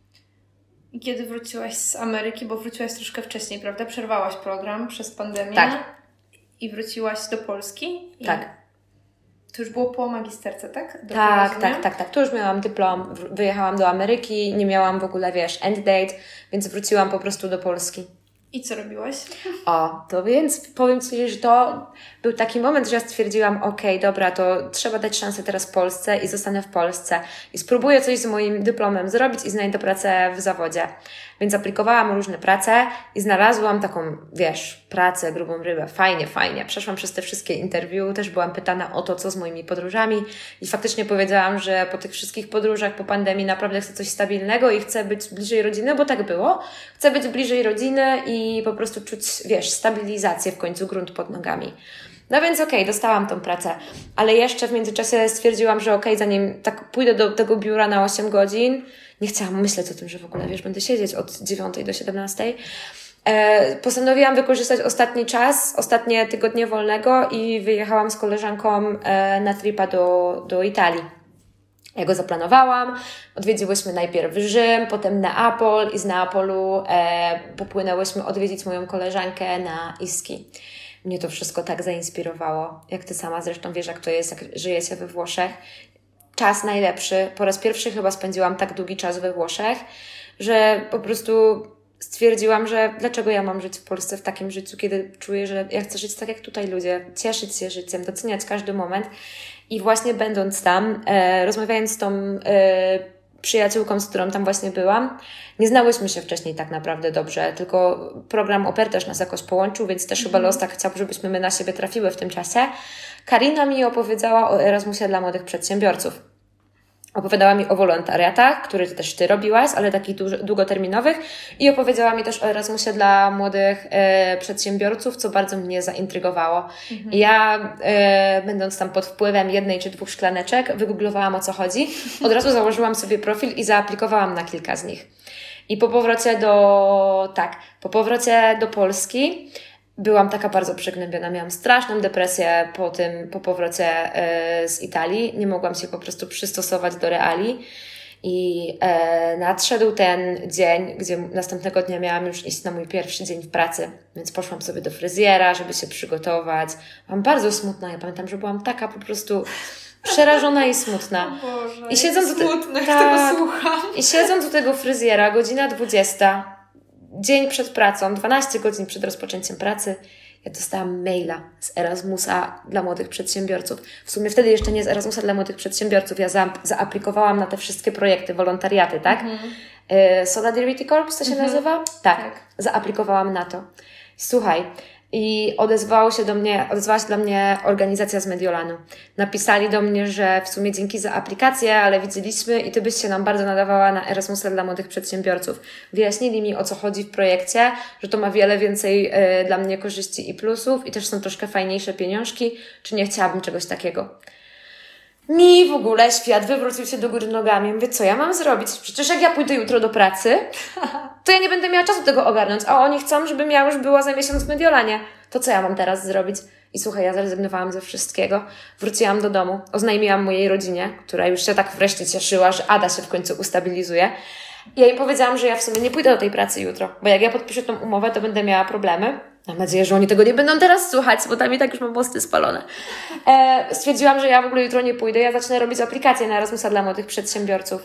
I kiedy wróciłaś z Ameryki, bo wróciłaś troszkę wcześniej, prawda? Przerwałaś program przez pandemię. Tak. I wróciłaś do Polski. I tak. To już było po magisterce, tak? Dobrze tak, rozumiem? tak, tak, tak. Tu już miałam dyplom, wyjechałam do Ameryki, nie miałam w ogóle, wiesz, end date, więc wróciłam po prostu do Polski. I co robiłaś? O, to więc powiem Ci, że to był taki moment, że ja stwierdziłam, okej, okay, dobra, to trzeba dać szansę teraz Polsce i zostanę w Polsce i spróbuję coś z moim dyplomem zrobić i znajdę pracę w zawodzie. Więc aplikowałam o różne prace i znalazłam taką, wiesz, pracę, grubą rybę. Fajnie, fajnie. Przeszłam przez te wszystkie interview, też byłam pytana o to, co z moimi podróżami i faktycznie powiedziałam, że po tych wszystkich podróżach, po pandemii naprawdę chcę coś stabilnego i chcę być bliżej rodziny, bo tak było. Chcę być bliżej rodziny i po prostu czuć, wiesz, stabilizację w końcu, grunt pod nogami. No więc okej, okay, dostałam tą pracę, ale jeszcze w międzyczasie stwierdziłam, że okej, okay, zanim tak pójdę do tego biura na osiem godzin, nie chciałam myśleć o tym, że w ogóle, wiesz, będę siedzieć od dziewiątej do siedemnastej. E, postanowiłam wykorzystać ostatni czas, ostatnie tygodnie wolnego i wyjechałam z koleżanką e, na tripa do, do Italii. Ja go zaplanowałam, odwiedziłyśmy najpierw Rzym, potem Neapol i z Neapolu e, popłynęłyśmy odwiedzić moją koleżankę na Iski. Mnie to wszystko tak zainspirowało, jak Ty sama zresztą wiesz, jak to jest, jak żyje się we Włoszech. Czas najlepszy. Po raz pierwszy chyba spędziłam tak długi czas we Włoszech, że po prostu stwierdziłam, że dlaczego ja mam żyć w Polsce w takim życiu, kiedy czuję, że ja chcę żyć tak jak tutaj ludzie, cieszyć się życiem, doceniać każdy moment. I właśnie będąc tam, e, rozmawiając z tą e, przyjaciółką, z którą tam właśnie byłam, nie znałyśmy się wcześniej tak naprawdę dobrze, tylko program Au Pair też nas jakoś połączył, więc też chyba los tak chciał, żebyśmy my na siebie trafiły w tym czasie. Karina mi opowiedziała o Erasmusie dla młodych przedsiębiorców. Opowiadała mi o wolontariatach, które też Ty robiłaś, ale takich długoterminowych i opowiedziała mi też o Erasmusie dla młodych e, przedsiębiorców, co bardzo mnie zaintrygowało. Mhm. Ja, e, będąc tam pod wpływem jednej czy dwóch szklaneczek, wygooglowałam, o co chodzi. Od razu założyłam sobie profil i zaaplikowałam na kilka z nich. I po powrocie do, tak, po powrocie do Polski byłam taka bardzo przygnębiona, miałam straszną depresję po tym, po powrocie e, z Italii. Nie mogłam się po prostu przystosować do reali i e, nadszedł ten dzień, gdzie następnego dnia miałam już iść na mój pierwszy dzień w pracy, więc poszłam sobie do fryzjera, żeby się przygotować. Byłam bardzo smutna, ja pamiętam, że byłam taka po prostu przerażona i smutna. O Boże, I siedząc do smutne, te... tak, tego słucham. I siedząc u tego fryzjera, godzina dwudziesta, dzień przed pracą, dwanaście godzin przed rozpoczęciem pracy, ja dostałam maila z Erasmusa dla młodych przedsiębiorców. W sumie wtedy jeszcze nie z Erasmusa dla młodych przedsiębiorców. Ja za, zaaplikowałam na te wszystkie projekty, wolontariaty, tak? Mhm. Y, Solidarity Corps to się mhm. nazywa? Tak. tak. Zaaplikowałam na to. Słuchaj, i odezwało się do mnie, odezwała się do mnie organizacja z Mediolanu. Napisali do mnie, że w sumie dzięki za aplikację, ale widzieliśmy i Ty byś się nam bardzo nadawała na Erasmusa dla młodych przedsiębiorców. Wyjaśnili mi, o co chodzi w projekcie, że to ma wiele więcej y, dla mnie korzyści i plusów i też są troszkę fajniejsze pieniążki, czy nie chciałabym czegoś takiego. Mi w ogóle świat wywrócił się do góry nogami. Mówię, co ja mam zrobić? Przecież jak ja pójdę jutro do pracy, to ja nie będę miała czasu tego ogarnąć, a oni chcą, żebym ja już była za miesiąc w Mediolanie. To co ja mam teraz zrobić? I słuchaj, ja zrezygnowałam ze wszystkiego. Wróciłam do domu, oznajmiłam mojej rodzinie, która już się tak wreszcie cieszyła, że Ada się w końcu ustabilizuje. I ja im powiedziałam, że ja w sumie nie pójdę do tej pracy jutro, bo jak ja podpiszę tą umowę, to będę miała problemy. Mam nadzieję, że oni tego nie będą teraz słuchać, bo tam i tak już mam mosty spalone. E, stwierdziłam, że ja w ogóle jutro nie pójdę. Ja zacznę robić aplikację na Erasmusa dla młodych przedsiębiorców.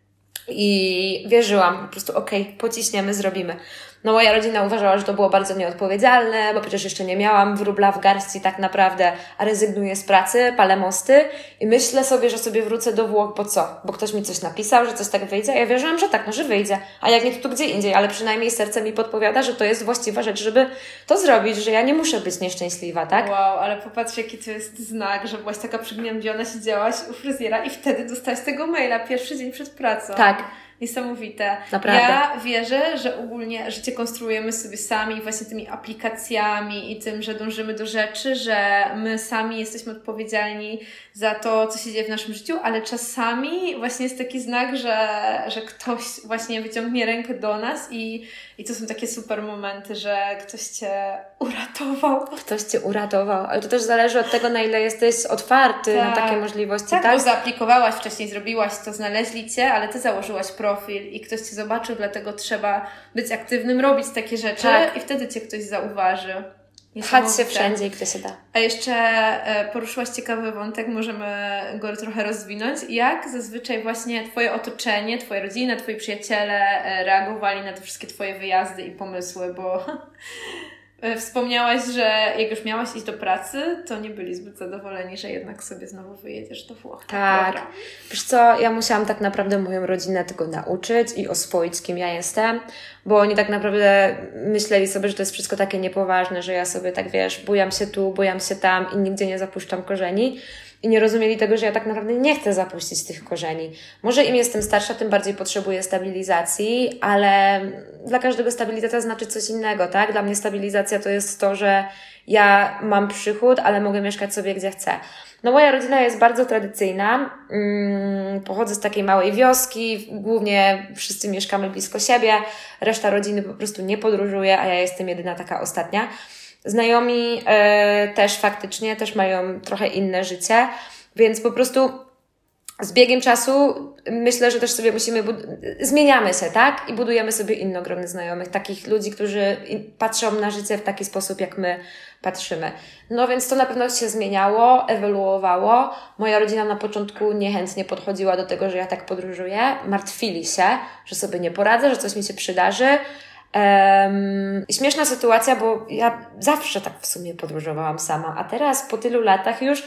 I wierzyłam, po prostu okej, okay, pociśniemy, zrobimy. No moja rodzina uważała, że to było bardzo nieodpowiedzialne, bo przecież jeszcze nie miałam wróbla w garści tak naprawdę, a rezygnuję z pracy, palę mosty i myślę sobie, że sobie wrócę do Włoch, bo co? Bo ktoś mi coś napisał, że coś tak wyjdzie, a ja wierzyłam, że tak, no że wyjdzie, a jak nie, to tu gdzie indziej, ale przynajmniej serce mi podpowiada, że to jest właściwa rzecz, żeby to zrobić, że ja nie muszę być nieszczęśliwa, tak? Wow, ale popatrz, jaki to jest znak, że byłaś taka przygnębiona, siedziałaś u fryzjera i wtedy dostałaś tego maila pierwszy dzień przed pracą. Tak. Niesamowite. Naprawdę. Ja wierzę, że ogólnie życie konstruujemy sobie sami właśnie tymi aplikacjami i tym, że dążymy do rzeczy, że my sami jesteśmy odpowiedzialni za to, co się dzieje w naszym życiu, ale czasami właśnie jest taki znak, że, że ktoś właśnie wyciągnie rękę do nas i, i to są takie super momenty, że ktoś Cię uratował. Ktoś Cię uratował, ale to też zależy od tego, na ile jesteś otwarty tak. na takie możliwości. Tak, tak, bo zaaplikowałaś, wcześniej zrobiłaś to, znaleźli Cię, ale Ty założyłaś profil i ktoś Cię zobaczył, dlatego trzeba być aktywnym, robić takie rzeczy tak. i wtedy Cię ktoś zauważy. Chać się wszędzie, gdzie się da. A jeszcze poruszyłaś ciekawy wątek, możemy go trochę rozwinąć. Jak zazwyczaj właśnie Twoje otoczenie, Twoja rodzina, Twoi przyjaciele reagowali na te wszystkie Twoje wyjazdy i pomysły, bo wspomniałaś, że jak już miałaś iść do pracy, to nie byli zbyt zadowoleni, że jednak sobie znowu wyjedziesz do Włoch. Tak. Dobra. Wiesz co, ja musiałam tak naprawdę moją rodzinę tego nauczyć i oswoić, kim ja jestem, bo oni tak naprawdę myśleli sobie, że to jest wszystko takie niepoważne, że ja sobie tak, wiesz, bujam się tu, bujam się tam i nigdzie nie zapuszczam korzeni. I nie rozumieli tego, że ja tak naprawdę nie chcę zapuścić tych korzeni. Może im jestem starsza, tym bardziej potrzebuję stabilizacji, ale dla każdego stabilizacja znaczy coś innego, tak? Dla mnie stabilizacja to jest to, że ja mam przychód, ale mogę mieszkać sobie gdzie chcę. No moja rodzina jest bardzo tradycyjna. Hmm, pochodzę z takiej małej wioski, głównie wszyscy mieszkamy blisko siebie, reszta rodziny po prostu nie podróżuje, a ja jestem jedyna taka ostatnia. Znajomi e, też faktycznie, też mają trochę inne życie, więc po prostu z biegiem czasu myślę, że też sobie musimy, bud- zmieniamy się, tak? I budujemy sobie inne grony znajomych, takich ludzi, którzy patrzą na życie w taki sposób, jak my patrzymy. No więc to na pewno się zmieniało, ewoluowało. Moja rodzina na początku niechętnie podchodziła do tego, że ja tak podróżuję. Martwili się, że sobie nie poradzę, że coś mi się przydarzy. Um, śmieszna sytuacja, bo ja zawsze tak w sumie podróżowałam sama, a teraz po tylu latach już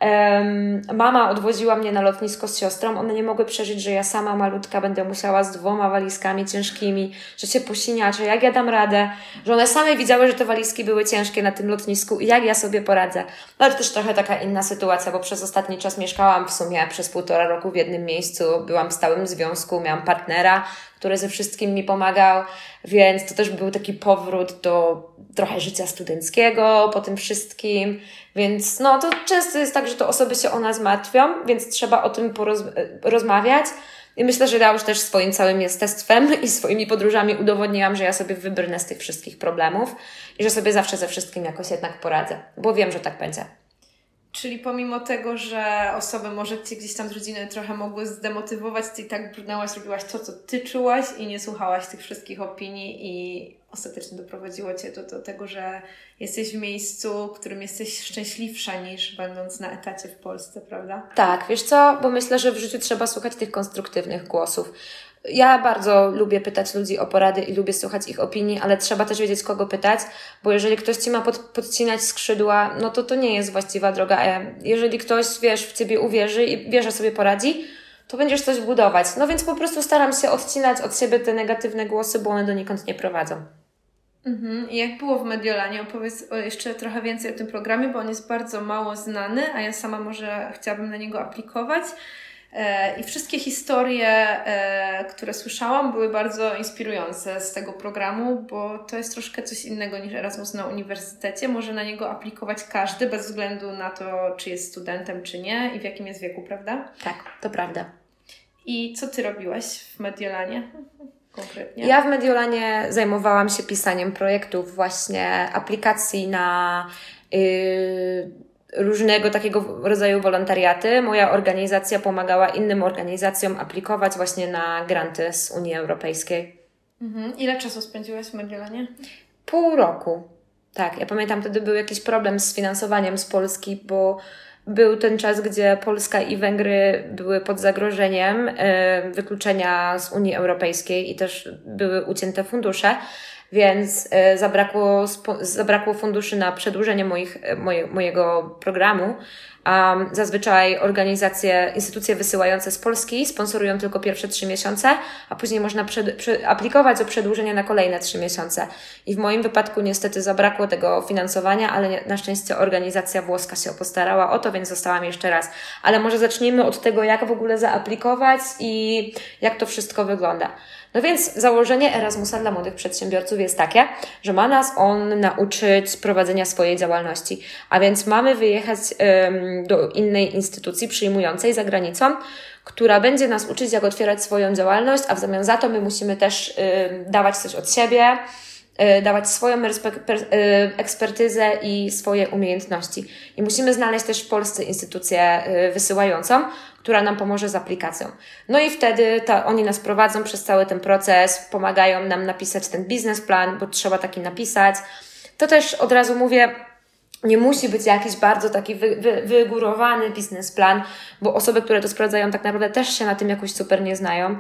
um, mama odwoziła mnie na lotnisko z siostrą. One nie mogły przeżyć, że ja sama malutka będę musiała z dwoma walizkami ciężkimi, że się posiniaczę, jak ja dam radę, że one same widziały, że te walizki były ciężkie na tym lotnisku i jak ja sobie poradzę. No ale to też trochę taka inna sytuacja, bo przez ostatni czas mieszkałam w sumie przez półtora roku w jednym miejscu, byłam w stałym związku, miałam partnera, który ze wszystkim mi pomagał, więc to też był taki powrót do trochę życia studenckiego po tym wszystkim, więc no to często jest tak, że to osoby się o nas martwią, więc trzeba o tym poroz- rozmawiać i myślę, że ja już też swoim całym jestestwem i swoimi podróżami udowodniłam, że ja sobie wybrnę z tych wszystkich problemów i że sobie zawsze ze wszystkim jakoś jednak poradzę, bo wiem, że tak będzie. Czyli pomimo tego, że osoby może Cię gdzieś tam z rodziny trochę mogły zdemotywować, Ty i tak brnęłaś, robiłaś to, co Ty czułaś i nie słuchałaś tych wszystkich opinii i ostatecznie doprowadziło Cię do, do tego, że jesteś w miejscu, w którym jesteś szczęśliwsza niż będąc na etacie w Polsce, prawda? Tak, wiesz co, bo myślę, że w życiu trzeba słuchać tych konstruktywnych głosów. Ja bardzo lubię pytać ludzi o porady i lubię słuchać ich opinii, ale trzeba też wiedzieć, kogo pytać, bo jeżeli ktoś Ci ma pod, podcinać skrzydła, no to to nie jest właściwa droga. A jeżeli ktoś, wiesz, w Ciebie uwierzy i wie, że sobie poradzi, to będziesz coś budować. No więc po prostu staram się odcinać od siebie te negatywne głosy, bo one donikąd nie prowadzą. Mhm. I jak było w Mediolanie? Opowiedz jeszcze trochę więcej o tym programie, bo on jest bardzo mało znany, a ja sama może chciałabym na niego aplikować. I wszystkie historie, które słyszałam, były bardzo inspirujące z tego programu, bo to jest troszkę coś innego niż Erasmus na uniwersytecie. Może na niego aplikować każdy, bez względu na to, czy jest studentem, czy nie i w jakim jest wieku, prawda? Tak, to prawda. I co Ty robiłaś w Mediolanie konkretnie? Ja w Mediolanie zajmowałam się pisaniem projektów, właśnie aplikacji na Yy, różnego takiego rodzaju wolontariaty. Moja organizacja pomagała innym organizacjom aplikować właśnie na granty z Unii Europejskiej. Mhm. Ile czasu spędziłaś w Mediolanie? Pół roku. Tak, ja pamiętam, wtedy był jakiś problem z finansowaniem z Polski, bo był ten czas, gdzie Polska i Węgry były pod zagrożeniem yy, wykluczenia z Unii Europejskiej i też były ucięte fundusze. więc y, zabrakło, spo, zabrakło funduszy na przedłużenie moich, moje, mojego programu. Um, zazwyczaj organizacje, instytucje wysyłające z Polski sponsorują tylko pierwsze trzy miesiące, a później można przed, przed, aplikować o przedłużenie na kolejne trzy miesiące. I w moim wypadku niestety zabrakło tego finansowania, ale nie, na szczęście organizacja włoska się postarała o to, więc zostałam jeszcze raz. Ale może zacznijmy od tego, jak w ogóle zaaplikować i jak to wszystko wygląda. No więc założenie Erasmusa dla młodych przedsiębiorców jest takie, że ma nas on nauczyć prowadzenia swojej działalności. A więc mamy wyjechać ym, do innej instytucji przyjmującej za granicą, która będzie nas uczyć, jak otwierać swoją działalność, a w zamian za to my musimy też ym, dawać coś od siebie, y, dawać swoją respek- per, y, ekspertyzę i swoje umiejętności. I musimy znaleźć też w Polsce instytucję y, wysyłającą, która nam pomoże z aplikacją. No i wtedy ta, oni nas prowadzą przez cały ten proces, pomagają nam napisać ten biznesplan, bo trzeba taki napisać. To też od razu mówię, nie musi być jakiś bardzo taki wy, wy, wygórowany biznesplan, bo osoby, które to sprawdzają, tak naprawdę też się na tym jakoś super nie znają.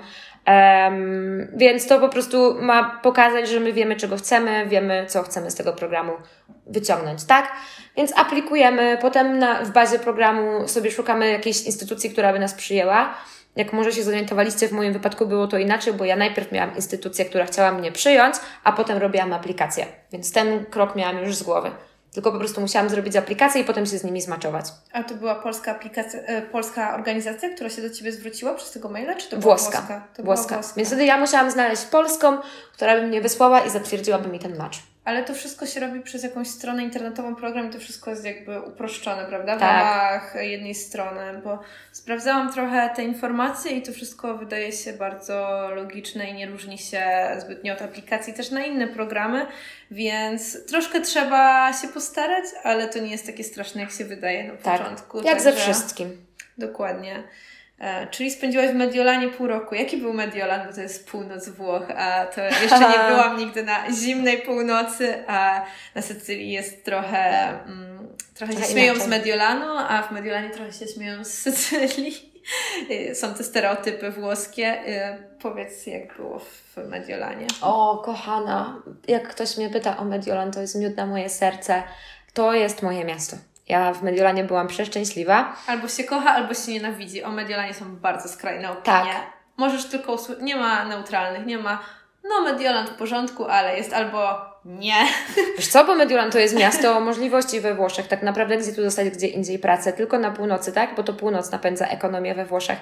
Um, więc to po prostu ma pokazać, że my wiemy, czego chcemy, wiemy, co chcemy z tego programu wyciągnąć, tak? Więc aplikujemy, potem na, w bazie programu sobie szukamy jakiejś instytucji, która by nas przyjęła. Jak może się zorientowaliście, w moim wypadku było to inaczej, bo ja najpierw miałam instytucję, która chciała mnie przyjąć, a potem robiłam aplikację. Więc ten krok miałam już z głowy. Tylko po prostu musiałam zrobić aplikację i potem się z nimi zmaczować. A to była polska aplikacja, e, polska organizacja, która się do Ciebie zwróciła przez tego maila, czy to była włoska? Włoska. To włoska. Była włoska. Więc wtedy ja musiałam znaleźć polską, która by mnie wysłała i zatwierdziłaby mi ten match. Ale to wszystko się robi przez jakąś stronę internetową, program i to wszystko jest jakby uproszczone, prawda? W Tak. ramach jednej strony, bo sprawdzałam trochę te informacje i to wszystko wydaje się bardzo logiczne i nie różni się zbytnio od aplikacji też na inne programy, więc troszkę trzeba się postarać, ale to nie jest takie straszne, jak się wydaje na tak. początku. Jak Także... ze wszystkim. Dokładnie. E, czyli spędziłaś w Mediolanie pół roku. Jaki był Mediolan? Bo to jest północ Włoch, a to jeszcze nie byłam nigdy na zimnej północy, a na Sycylii jest trochę, mm, trochę się trochę śmieją inaczej. z Mediolanu, a w Mediolanie trochę się śmieją z Sycylii. Są te stereotypy włoskie. E, powiedz, jak było w Mediolanie. O, kochana, jak ktoś mnie pyta o Mediolan, to jest miód na moje serce. To jest moje miasto. Ja w Mediolanie byłam przeszczęśliwa. Albo się kocha, albo się nienawidzi. O Mediolanie są bardzo skrajne opinie. Tak. Możesz tylko usłyszeć, nie ma neutralnych, nie ma no Mediolan w porządku, ale jest albo nie. Wiesz co, bo Mediolan to jest miasto możliwości we Włoszech. Tak naprawdę gdzie tu dostać gdzie indziej pracę? Tylko na północy, tak? Bo to północ napędza ekonomię we Włoszech.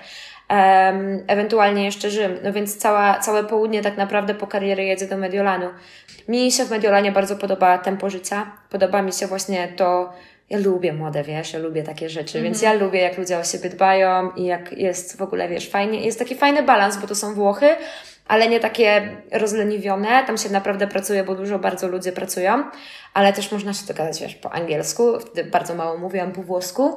Um, ewentualnie jeszcze Rzym. No więc cała, całe południe tak naprawdę po karierę jedzie do Mediolanu. Mi się w Mediolanie bardzo podoba tempo życia. Podoba mi się właśnie to... Ja lubię młode, wiesz, ja lubię takie rzeczy, mm-hmm. więc ja lubię, jak ludzie o siebie dbają i jak jest w ogóle, wiesz, fajnie. Jest taki fajny balans, bo to są Włochy, ale nie takie rozleniwione. Tam się naprawdę pracuje, bo dużo bardzo ludzie pracują, ale też można się dogadać, wiesz, po angielsku. Wtedy bardzo mało mówiłam po włosku.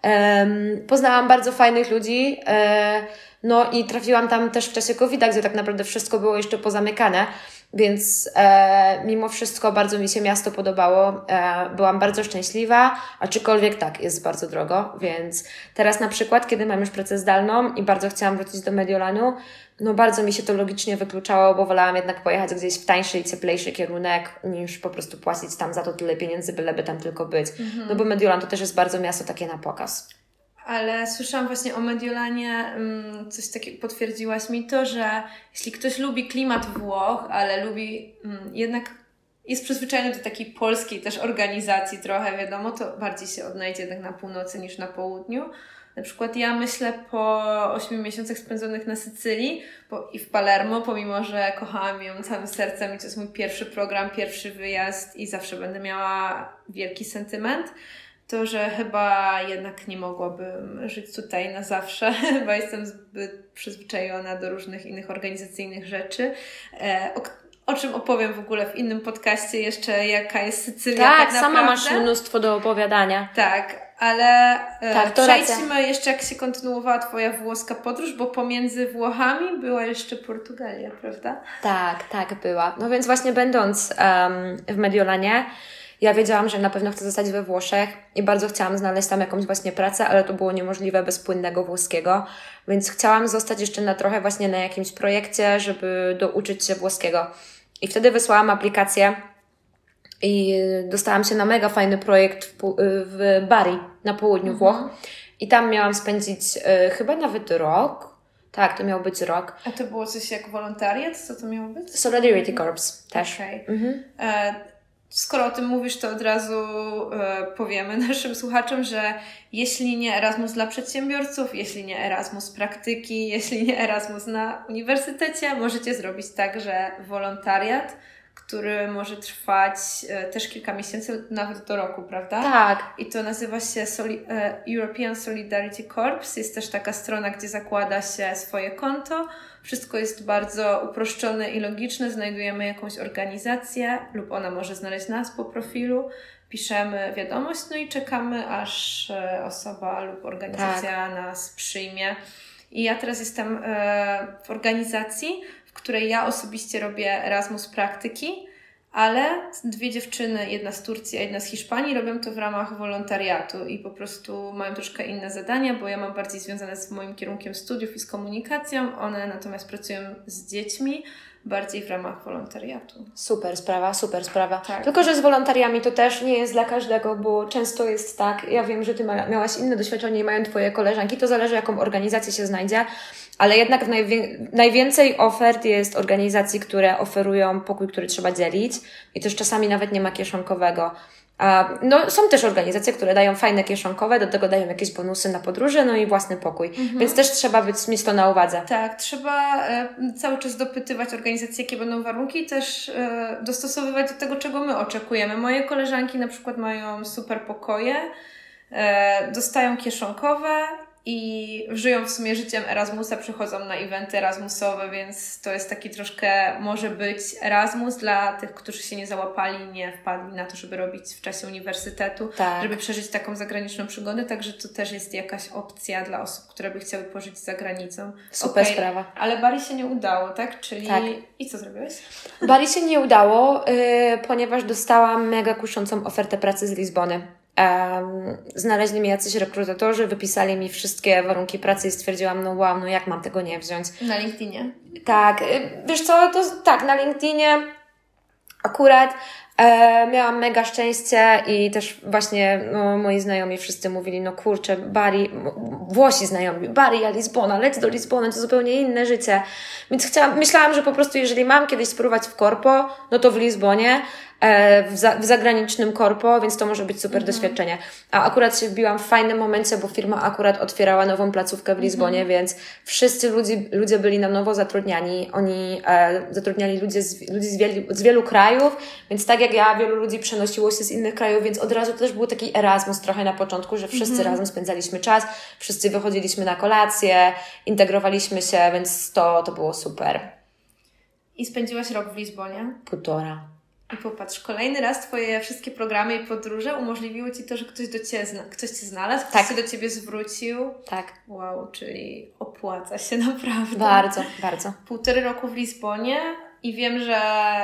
Um, poznałam bardzo fajnych ludzi, um, no i trafiłam tam też w czasie kowida, gdzie tak naprawdę wszystko było jeszcze pozamykane. Więc e, mimo wszystko bardzo mi się miasto podobało, e, byłam bardzo szczęśliwa, aczkolwiek tak, jest bardzo drogo, więc teraz na przykład, kiedy mam już pracę zdalną i bardzo chciałam wrócić do Mediolanu, no bardzo mi się to logicznie wykluczało, bo wolałam jednak pojechać gdzieś w tańszy i cieplejszy kierunek, niż po prostu płacić tam za to tyle pieniędzy, byleby tam tylko być. Mhm. No bo Mediolan to też jest bardzo miasto takie na pokaz. Ale słyszałam właśnie o Mediolanie, coś takiego, potwierdziłaś mi to, że jeśli ktoś lubi klimat Włoch, ale lubi jednak, jest przyzwyczajony do takiej polskiej też organizacji trochę, wiadomo, to bardziej się odnajdzie jednak na północy niż na południu. Na przykład ja myślę po ośmiu miesiącach spędzonych na Sycylii po, i w Palermo, pomimo że kochałam ją całym sercem i to jest mój pierwszy program, pierwszy wyjazd i zawsze będę miała wielki sentyment, to, że chyba jednak nie mogłabym żyć tutaj na zawsze, bo jestem zbyt przyzwyczajona do różnych innych organizacyjnych rzeczy, o, o czym opowiem w ogóle w innym podcaście jeszcze, jaka jest Sycylia tak, tak sama masz mnóstwo do opowiadania. Tak, ale tak, to przejdźmy racja. jeszcze, jak się kontynuowała Twoja włoska podróż, bo pomiędzy Włochami była jeszcze Portugalia, prawda? Tak, tak była. No więc właśnie będąc um, w Mediolanie, ja wiedziałam, że na pewno chcę zostać we Włoszech i bardzo chciałam znaleźć tam jakąś właśnie pracę, ale to było niemożliwe bez płynnego włoskiego, więc chciałam zostać jeszcze na trochę właśnie na jakimś projekcie, żeby douczyć się włoskiego. I wtedy wysłałam aplikację i dostałam się na mega fajny projekt w, w Bari, na południu Włoch. I tam miałam spędzić y, chyba nawet rok. Tak, to miał być rok. A to było coś jak wolontariat? Co to miało być? Solidarity Corps też. Okay. Mhm. E, skoro o tym mówisz, to od razu e, powiemy naszym słuchaczom, że jeśli nie Erasmus dla przedsiębiorców, jeśli nie Erasmus praktyki, jeśli nie Erasmus na uniwersytecie, możecie zrobić także wolontariat, który może trwać e, też kilka miesięcy, nawet do roku, prawda? Tak. I to nazywa się Soli- e, European Solidarity Corps. Jest też taka strona, gdzie zakłada się swoje konto. Wszystko jest bardzo uproszczone i logiczne. Znajdujemy jakąś organizację lub ona może znaleźć nas po profilu. Piszemy wiadomość, no i czekamy, aż e, osoba lub organizacja tak. nas przyjmie. I ja teraz jestem e, w organizacji, w której ja osobiście robię Erasmus praktyki, ale dwie dziewczyny, jedna z Turcji, a jedna z Hiszpanii, robią to w ramach wolontariatu i po prostu mają troszkę inne zadania, bo ja mam bardziej związane z moim kierunkiem studiów i z komunikacją, one natomiast pracują z dziećmi, bardziej w ramach wolontariatu. Super sprawa, super sprawa. Tak. Tylko, że z wolontariami to też nie jest dla każdego, bo często jest tak, ja wiem, że Ty miałaś inne doświadczenie i mają Twoje koleżanki, to zależy jaką organizację się znajdzie, ale jednak najwię- najwięcej ofert jest organizacji, które oferują pokój, który trzeba dzielić i też czasami nawet nie ma kieszonkowego. A, no, są też organizacje, które dają fajne kieszonkowe, do tego dają jakieś bonusy na podróże, no i własny pokój. Mhm. Więc też trzeba być, mieć to na uwadze. Tak, trzeba e, cały czas dopytywać organizacji, jakie będą warunki i też e, dostosowywać do tego, czego my oczekujemy. Moje koleżanki na przykład mają super pokoje, e, dostają kieszonkowe i żyją w sumie życiem Erasmusa, przychodzą na eventy Erasmusowe, więc to jest taki troszkę, może być Erasmus dla tych, którzy się nie załapali, nie wpadli na to, żeby robić w czasie uniwersytetu, tak. żeby przeżyć taką zagraniczną przygodę, także to też jest jakaś opcja dla osób, które by chciały pożyć za granicą. Super okay. sprawa. Ale Bari się nie udało, tak? Czyli... Tak. I co zrobiłeś? Bari się nie udało, yy, ponieważ dostałam mega kuszącą ofertę pracy z Lizbony. Um, znaleźli mi jacyś rekrutatorzy, wypisali mi wszystkie warunki pracy i stwierdziłam, no wow, no jak mam tego nie wziąć? Na LinkedInie? Tak, wiesz co, to tak, na LinkedInie akurat e, miałam mega szczęście i też właśnie no, moi znajomi wszyscy mówili, no kurczę, Bari, Włosi znajomi, Bari, a Lizbona, leć do Lizbony, to zupełnie inne życie. Więc chciałam, myślałam, że po prostu jeżeli mam kiedyś spróbować w korpo, no to w Lizbonie, W, za, w zagranicznym korpo, więc to może być super mhm. doświadczenie. A akurat się wbiłam w fajnym momencie, bo firma akurat otwierała nową placówkę w Lizbonie, mhm. więc wszyscy ludzie, ludzie byli na nowo zatrudniani. Oni e, zatrudniali ludzi, z, ludzi z, wielu, z wielu krajów, więc tak jak ja, wielu ludzi przenosiło się z innych krajów, więc od razu to też był taki Erasmus trochę na początku, że wszyscy mhm. razem spędzaliśmy czas, wszyscy wychodziliśmy na kolację, integrowaliśmy się, więc to, to było super. I spędziłaś rok w Lizbonie? Półtora. I popatrz, kolejny raz Twoje wszystkie programy i podróże umożliwiły Ci to, że ktoś do Ciebie, zna- ktoś Cię znalazł, ktoś tak. się do Ciebie zwrócił. Tak. Wow, czyli opłaca się naprawdę. Bardzo, bardzo. Półtory roku w Lizbonie i wiem, że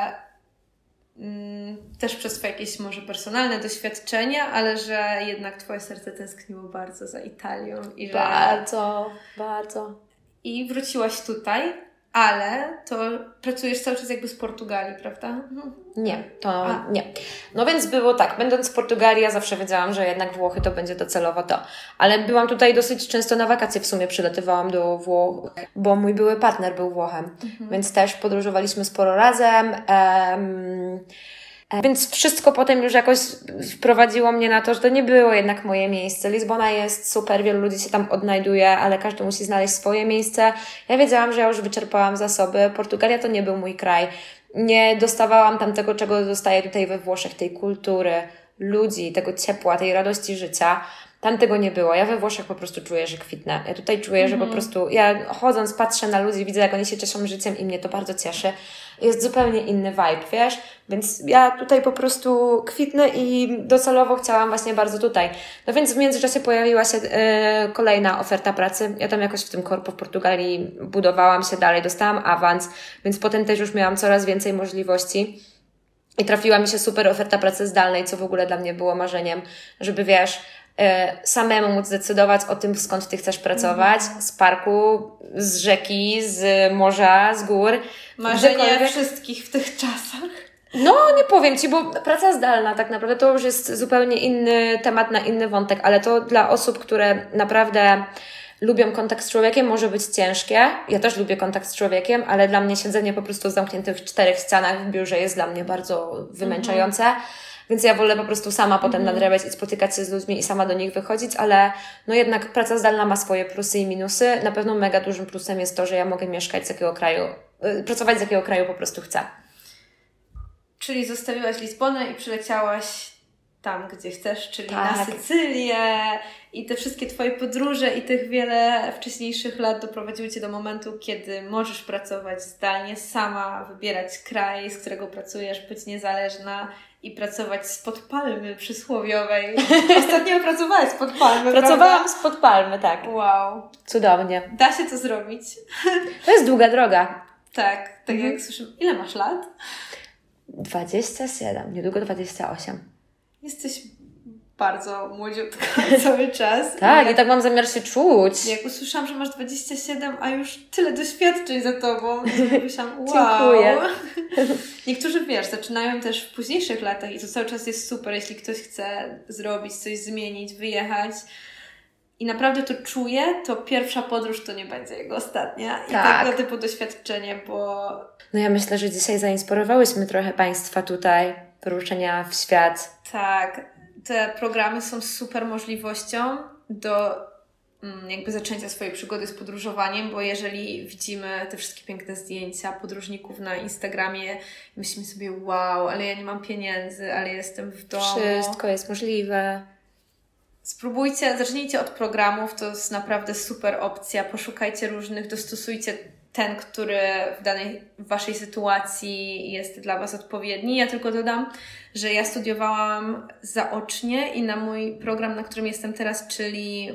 mm, też przez Twoje jakieś może personalne doświadczenia, ale że jednak Twoje serce tęskniło bardzo za Italią. I że... Bardzo, bardzo. I wróciłaś tutaj. Ale to pracujesz cały czas jakby z Portugalii, prawda? Nie, to A. nie. No więc było tak, będąc w Portugalii, ja zawsze wiedziałam, że jednak Włochy to będzie docelowo to. Ale byłam tutaj dosyć często na wakacje, w sumie przylatywałam do Włoch, bo mój były partner był Włochem, mhm. więc też podróżowaliśmy sporo razem. Um, Więc wszystko potem już jakoś wprowadziło mnie na to, że to nie było jednak moje miejsce. Lizbona jest super, wielu ludzi się tam odnajduje, ale każdy musi znaleźć swoje miejsce. Ja wiedziałam, że ja już wyczerpałam zasoby. Portugalia to nie był mój kraj. Nie dostawałam tam tego, czego dostaję tutaj we Włoszech, tej kultury, ludzi, tego ciepła, tej radości życia. Tam tego nie było. Ja we Włoszech po prostu czuję, że kwitnę. Ja tutaj czuję, mm. że po prostu ja chodząc, patrzę na ludzi, widzę, jak oni się cieszą życiem i mnie to bardzo cieszy. Jest zupełnie inny vibe, wiesz? Więc ja tutaj po prostu kwitnę i docelowo chciałam właśnie bardzo tutaj. No więc w międzyczasie pojawiła się yy, kolejna oferta pracy. Ja tam jakoś w tym korpo w Portugalii budowałam się dalej, dostałam awans, więc potem też już miałam coraz więcej możliwości. I trafiła mi się super oferta pracy zdalnej, co w ogóle dla mnie było marzeniem, żeby wiesz, samemu móc decydować o tym, skąd Ty chcesz pracować, mm. z parku, z rzeki, z morza, z gór. Marzenie wszystkich w tych czasach. No, nie powiem Ci, bo praca zdalna tak naprawdę to już jest zupełnie inny temat na inny wątek, ale to dla osób, które naprawdę lubią kontakt z człowiekiem, może być ciężkie. Ja też lubię kontakt z człowiekiem, ale dla mnie siedzenie po prostu w zamkniętych czterech ścianach w biurze jest dla mnie bardzo wymęczające. Mm. Więc ja wolę po prostu sama potem mm. nadrabiać i spotykać się z ludźmi i sama do nich wychodzić, ale no jednak praca zdalna ma swoje plusy i minusy. Na pewno mega dużym plusem jest to, że ja mogę mieszkać z jakiego kraju, yy, pracować z jakiego kraju po prostu chcę. Czyli zostawiłaś Lizbonę i przyleciałaś tam, gdzie chcesz, czyli tak. na Sycylię i te wszystkie Twoje podróże i tych wiele wcześniejszych lat doprowadziły Cię do momentu, kiedy możesz pracować zdalnie, sama wybierać kraj, z którego pracujesz, być niezależna i pracować spod palmy przysłowiowej. Ostatnio pracowałaś spod palmy, Pracowałam prawda? spod palmy, tak. Wow. Cudownie. Da się to zrobić. To jest długa droga. Tak, tak mhm. jak słyszymy. Ile masz lat? dwadzieścia siedem, niedługo dwadzieścia osiem. Jesteś bardzo młodziutka cały czas. Tak, i tak mam zamiar się czuć. Jak usłyszałam, że masz dwadzieścia siedem, a już tyle doświadczeń za Tobą, to myślałam, wow. Dziękuję. Niektórzy, wiesz, zaczynają też w późniejszych latach i to cały czas jest super, jeśli ktoś chce zrobić, coś zmienić, wyjechać. I naprawdę to czuję, to pierwsza podróż to nie będzie jego ostatnia. I tak. tego typu doświadczenie, bo... No ja myślę, że dzisiaj zainspirowałyśmy trochę Państwa tutaj, poruszenia w świat. Tak, te programy są super możliwością do mm, jakby zaczęcia swojej przygody z podróżowaniem, bo jeżeli widzimy te wszystkie piękne zdjęcia podróżników na Instagramie, myślimy sobie, wow, ale ja nie mam pieniędzy, ale jestem w domu. Wszystko jest możliwe. Spróbujcie, zacznijcie od programów, to jest naprawdę super opcja. Poszukajcie różnych, dostosujcie ten, który w danej w Waszej sytuacji jest dla Was odpowiedni. Ja tylko dodam, że ja studiowałam zaocznie i na mój program, na którym jestem teraz, czyli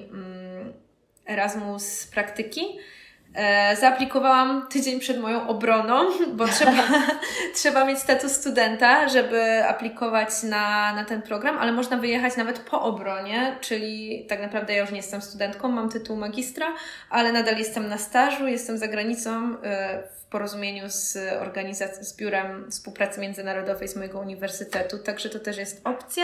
Erasmus Praktyki, E, zaaplikowałam tydzień przed moją obroną, bo trzeba, trzeba mieć status studenta, żeby aplikować na, na ten program, ale można wyjechać nawet po obronie, czyli tak naprawdę ja już nie jestem studentką, mam tytuł magistra, ale nadal jestem na stażu, jestem za granicą e, w porozumieniu z organizacją, z Biurem Współpracy Międzynarodowej z mojego uniwersytetu, także to też jest opcja.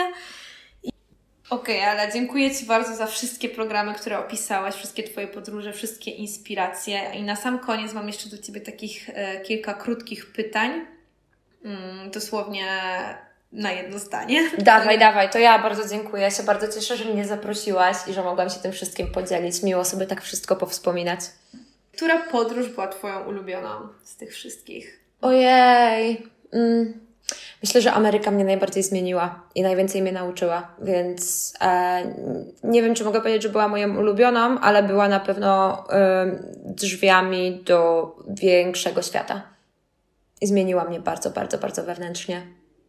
Okej, okay, ale dziękuję Ci bardzo za wszystkie programy, które opisałaś, wszystkie Twoje podróże, wszystkie inspiracje. I na sam koniec mam jeszcze do Ciebie takich e, kilka krótkich pytań, mm, dosłownie na jedno zdanie. Dawaj, dawaj, to ja bardzo dziękuję. Ja się bardzo cieszę, że mnie zaprosiłaś i że mogłam się tym wszystkim podzielić. Miło sobie tak wszystko powspominać. Która podróż była Twoją ulubioną z tych wszystkich? Ojej... Mm. Myślę, że Ameryka mnie najbardziej zmieniła i najwięcej mnie nauczyła, więc e, nie wiem, czy mogę powiedzieć, że była moją ulubioną, ale była na pewno e, drzwiami do większego świata. I zmieniła mnie bardzo, bardzo, bardzo wewnętrznie.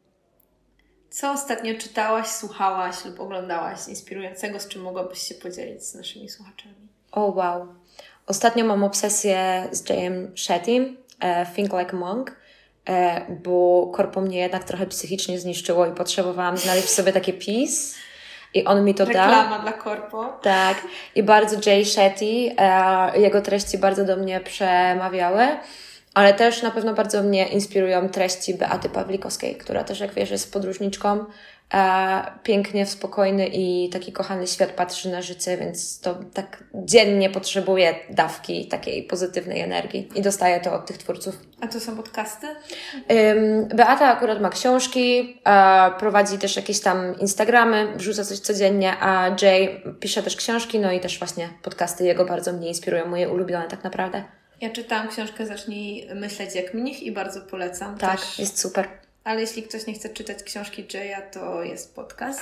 Co ostatnio czytałaś, słuchałaś lub oglądałaś inspirującego, z czym mogłabyś się podzielić z naszymi słuchaczami? O oh, wow. Ostatnio mam obsesję z Jayem Shetty, e, Think Like a Monk, bo korpo mnie jednak trochę psychicznie zniszczyło i potrzebowałam znaleźć w sobie takie peace i on mi to dał. Reklama dla korpo. Tak. I bardzo Jay Shetty, e, jego treści bardzo do mnie przemawiały, ale też na pewno bardzo mnie inspirują treści Beaty Pawlikowskiej, która też, jak wiesz, jest podróżniczką, e, pięknie, w spokojny i taki kochany świat patrzy na życie, więc to tak dziennie potrzebuję dawki takiej pozytywnej energii i dostaję to od tych twórców. A to są podcasty? Um, Beata akurat ma książki, e, prowadzi też jakieś tam Instagramy, wrzuca coś codziennie, a Jay pisze też książki, no i też właśnie podcasty jego bardzo mnie inspirują, moje ulubione tak naprawdę. Ja czytałam książkę Zacznij myśleć jak mnich i bardzo polecam. Tak, też. jest super. Ale jeśli ktoś nie chce czytać książki Jaya, to jest podcast.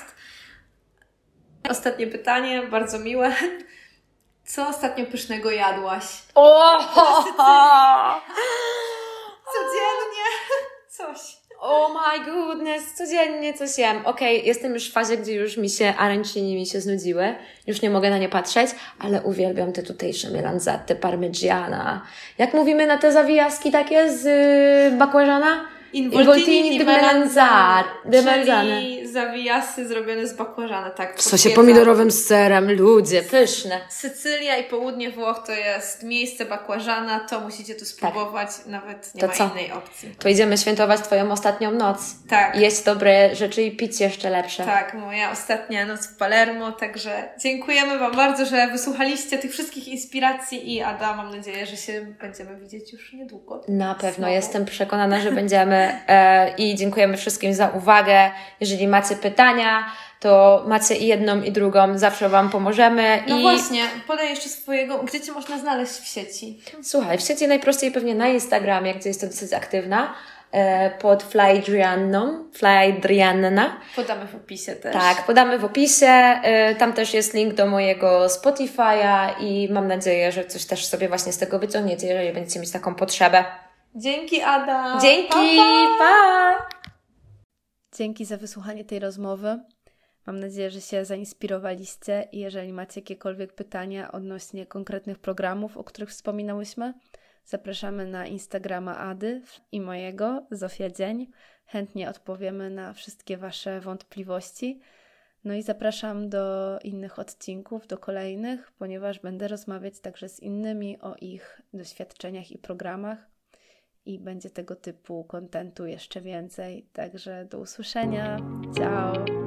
Ostatnie pytanie, bardzo miłe. Co ostatnio pysznego jadłaś? O! Codziennie coś. Oh my goodness, codziennie coś jem. Okej, okay, jestem już w fazie, gdzie już mi się arancini mi się znudziły. Już nie mogę na nie patrzeć, ale uwielbiam te tutejsze melanzette, parmigiana. Jak mówimy na te zawijaski takie z yy, bakłażana? Involtini di melanzane. Czyli zawijasy zrobione z bakłażana, tak. W sosie pomidorowym z serem, ludzie, pyszne. Sycylia i południe Włoch to jest miejsce bakłażana, to musicie tu spróbować, tak. Nawet nie to ma co? innej opcji. To idziemy świętować Twoją ostatnią noc. Tak. Jeść dobre rzeczy i pić jeszcze lepsze. Tak, moja ostatnia noc w Palermo, także dziękujemy Wam bardzo, że wysłuchaliście tych wszystkich inspiracji i Ada, mam nadzieję, że się będziemy widzieć już niedługo. Na pewno, Znowu. Jestem przekonana, że będziemy e, i dziękujemy wszystkim za uwagę. Jeżeli macie pytania, to macie i jedną i drugą, zawsze Wam pomożemy. No i... właśnie, podaj jeszcze swojego, gdzie Cię można znaleźć w sieci? Słuchaj, w sieci najprościej pewnie na Instagramie, gdzie jestem dosyć aktywna, e, pod Flydrianną, Flydrianna. Podamy w opisie też. Tak, podamy w opisie. E, tam też jest link do mojego Spotify'a i mam nadzieję, że coś też sobie właśnie z tego wyciągniecie, jeżeli będziecie mieć taką potrzebę. Dzięki, Ada. Dzięki, pa! pa. Dzięki za wysłuchanie tej rozmowy. Mam nadzieję, że się zainspirowaliście i jeżeli macie jakiekolwiek pytania odnośnie konkretnych programów, o których wspominałyśmy, zapraszamy na Instagrama Ady i mojego, Zofia Dzień. Chętnie odpowiemy na wszystkie Wasze wątpliwości. No i zapraszam do innych odcinków, do kolejnych, ponieważ będę rozmawiać także z innymi o ich doświadczeniach i programach. I będzie tego typu kontentu jeszcze więcej. Także do usłyszenia. Ciao!